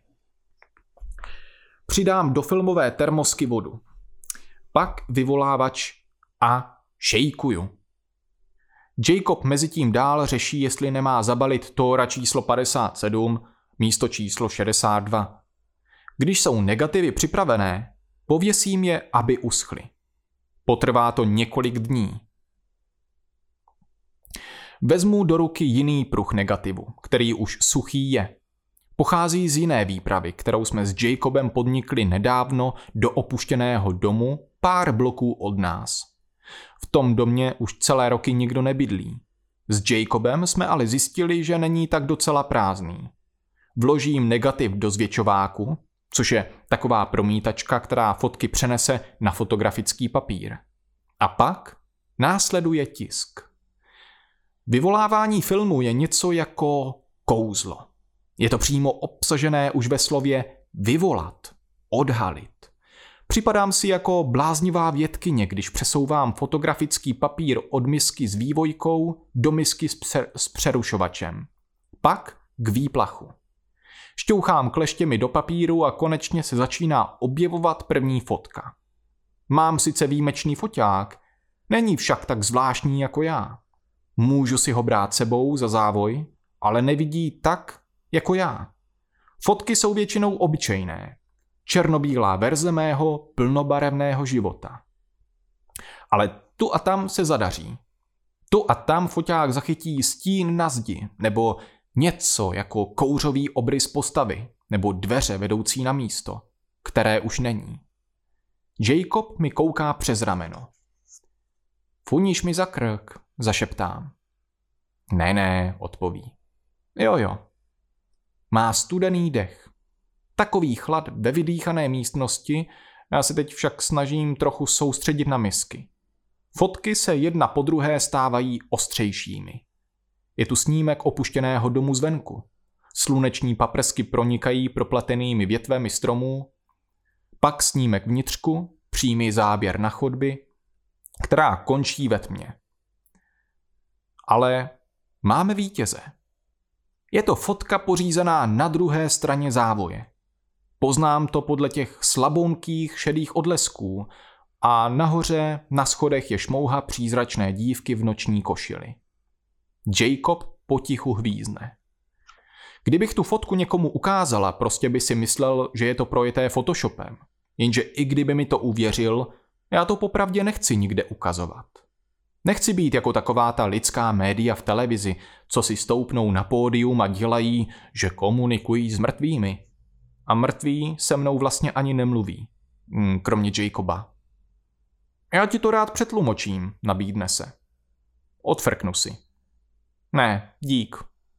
Přidám do filmové termosky vodu. Pak vyvolávač a šejkuju. Jacob mezitím dál řeší, jestli nemá zabalit Tóra číslo padesát sedm místo číslo šedesát dva. Když jsou negativy připravené, pověsím je, aby uschly. Potrvá to několik dní. Vezmu do ruky jiný pruh negativu, který už suchý je. Pochází z jiné výpravy, kterou jsme s Jacobem podnikli nedávno do opuštěného domu pár bloků od nás. V tom domě už celé roky nikdo nebydlí. S Jacobem jsme ale zjistili, že není tak docela prázdný. Vložím negativ do zvětšováku, což je taková promítačka, která fotky přenese na fotografický papír. A pak následuje tisk. Vyvolávání filmu je něco jako kouzlo. Je to přímo obsažené už ve slově vyvolat, odhalit. Připadám si jako bláznivá vědkyně, když přesouvám fotografický papír od misky s vývojkou do misky s, pře- s přerušovačem. Pak k výplachu. Šťouchám kleštěmi do papíru a konečně se začíná objevovat první fotka. Mám sice výjimečný foťák, není však tak zvláštní jako já. Můžu si ho brát sebou za závoj, ale nevidí tak jako já. Fotky jsou většinou obyčejné. Černobílá verze mého plnobarevného života. Ale tu a tam se zadaří. Tu a tam foťák zachytí stín na zdi, nebo něco jako kouřový obrys postavy, nebo dveře vedoucí na místo, které už není. Jacob mi kouká přes rameno. Funíš mi za krk, zašeptám. Ne, ne, odpoví. Jo, jo. Má studený dech. Takový chlad ve vydýchané místnosti, já se teď však snažím trochu soustředit na misky. Fotky se jedna po druhé stávají ostřejšími. Je tu snímek opuštěného domu zvenku. Sluneční paprsky pronikají propletenými větvemi stromů. Pak snímek vnitřku, přímý záběr na chodby, která končí ve tmě. Ale máme vítěze. Je to fotka pořízená na druhé straně závoje. Poznám to podle těch slabounkých šedých odlesků a nahoře na schodech je šmouha přízračné dívky v noční košili. Jacob potichu hvízne. Kdybych tu fotku někomu ukázala, prostě by si myslel, že je to projeté Photoshopem. Jenže i kdyby mi to uvěřil, já to popravdě nechci nikde ukazovat. Nechci být jako taková ta lidská média v televizi, co si stoupnou na pódium a dělají, že komunikují s mrtvými. A mrtví se mnou vlastně ani nemluví, kromě Jacoba. Já ti to rád přetlumočím, nabídne se. Odfrknu si. Ne, dík.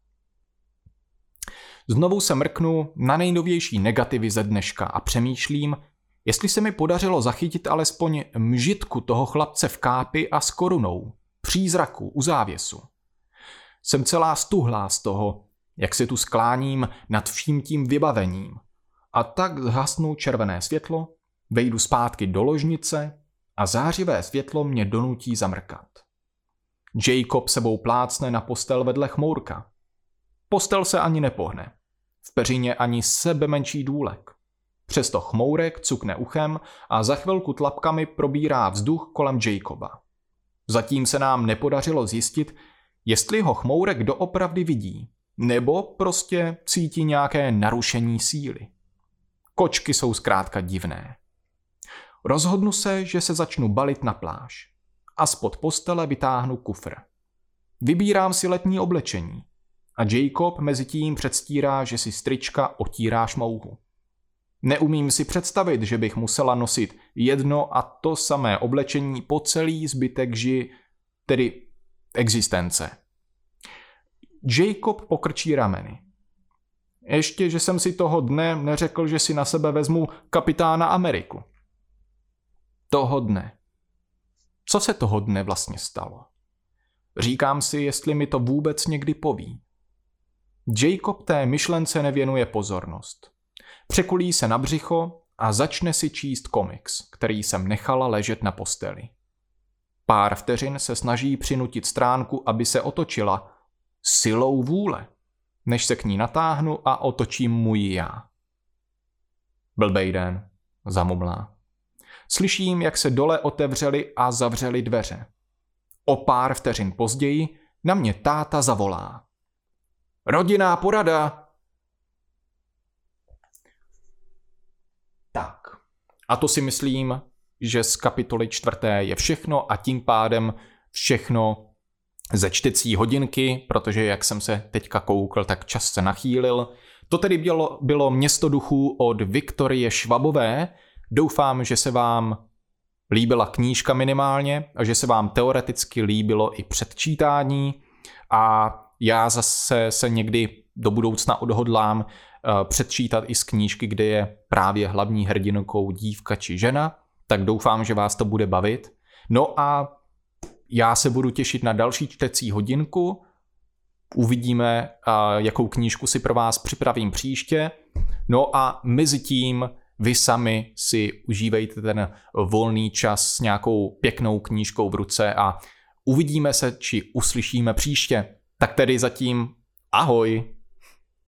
Znovu se mrknu na nejnovější negativy ze dneška a přemýšlím, jestli se mi podařilo zachytit alespoň mžitku toho chlapce v kápi a s korunou, přízraku u závěsu. Jsem celá stuhlá z toho, jak se tu skláním nad vším tím vybavením. A tak zhasnu červené světlo, vejdu zpátky do ložnice a zářivé světlo mě donutí zamrkat. Jacob sebou plácne na postel vedle chmourka. Postel se ani nepohne. V peřině ani sebe menší důlek. Přesto chmourek cukne uchem a za chvilku tlapkami probírá vzduch kolem Jacoba. Zatím se nám nepodařilo zjistit, jestli ho chmourek doopravdy vidí, nebo prostě cítí nějaké narušení síly. Kočky jsou zkrátka divné. Rozhodnu se, že se začnu balit na pláž. A spod postele vytáhnu kufr. Vybírám si letní oblečení. A Jacob mezitím předstírá, že si strička otírá šmouhu. Neumím si představit, že bych musela nosit jedno a to samé oblečení po celý zbytek ži, tedy existence. Jacob pokrčí rameny. Ještě, že jsem si toho dne neřekl, že si na sebe vezmu kapitána Ameriku. Toho dne. Co se toho dne vlastně stalo? Říkám si, jestli mi to vůbec někdy poví. Jacob té myšlence nevěnuje pozornost. Překulí se na břicho a začne si číst komiks, který jsem nechala ležet na posteli. Pár vteřin se snaží přinutit stránku, aby se otočila silou vůle, než se k ní natáhnu a otočím mu ji já. Blbej den, zamumlá. Slyším, jak se dole otevřely a zavřely dveře. O pár vteřin později na mě táta zavolá. Rodinná porada! Tak. A to si myslím, že z kapitoly čtvrté je všechno a tím pádem všechno ze čtecí hodinky, protože jak jsem se teďka koukl, tak čas se nachýlil. To tedy bylo, bylo Město duchů od Viktorie Švabové. Doufám, že se vám líbila knížka minimálně a že se vám teoreticky líbilo i předčítání a já zase se někdy do budoucna odhodlám uh, předčítat i z knížky, kde je právě hlavní hrdinkou dívka či žena, tak doufám, že vás to bude bavit. No a já se budu těšit na další čtecí hodinku. Uvidíme, uh, jakou knížku si pro vás připravím příště. No a mezi tím vy sami si užívejte ten volný čas s nějakou pěknou knížkou v ruce a uvidíme se či uslyšíme příště. Tak tedy zatím ahoj!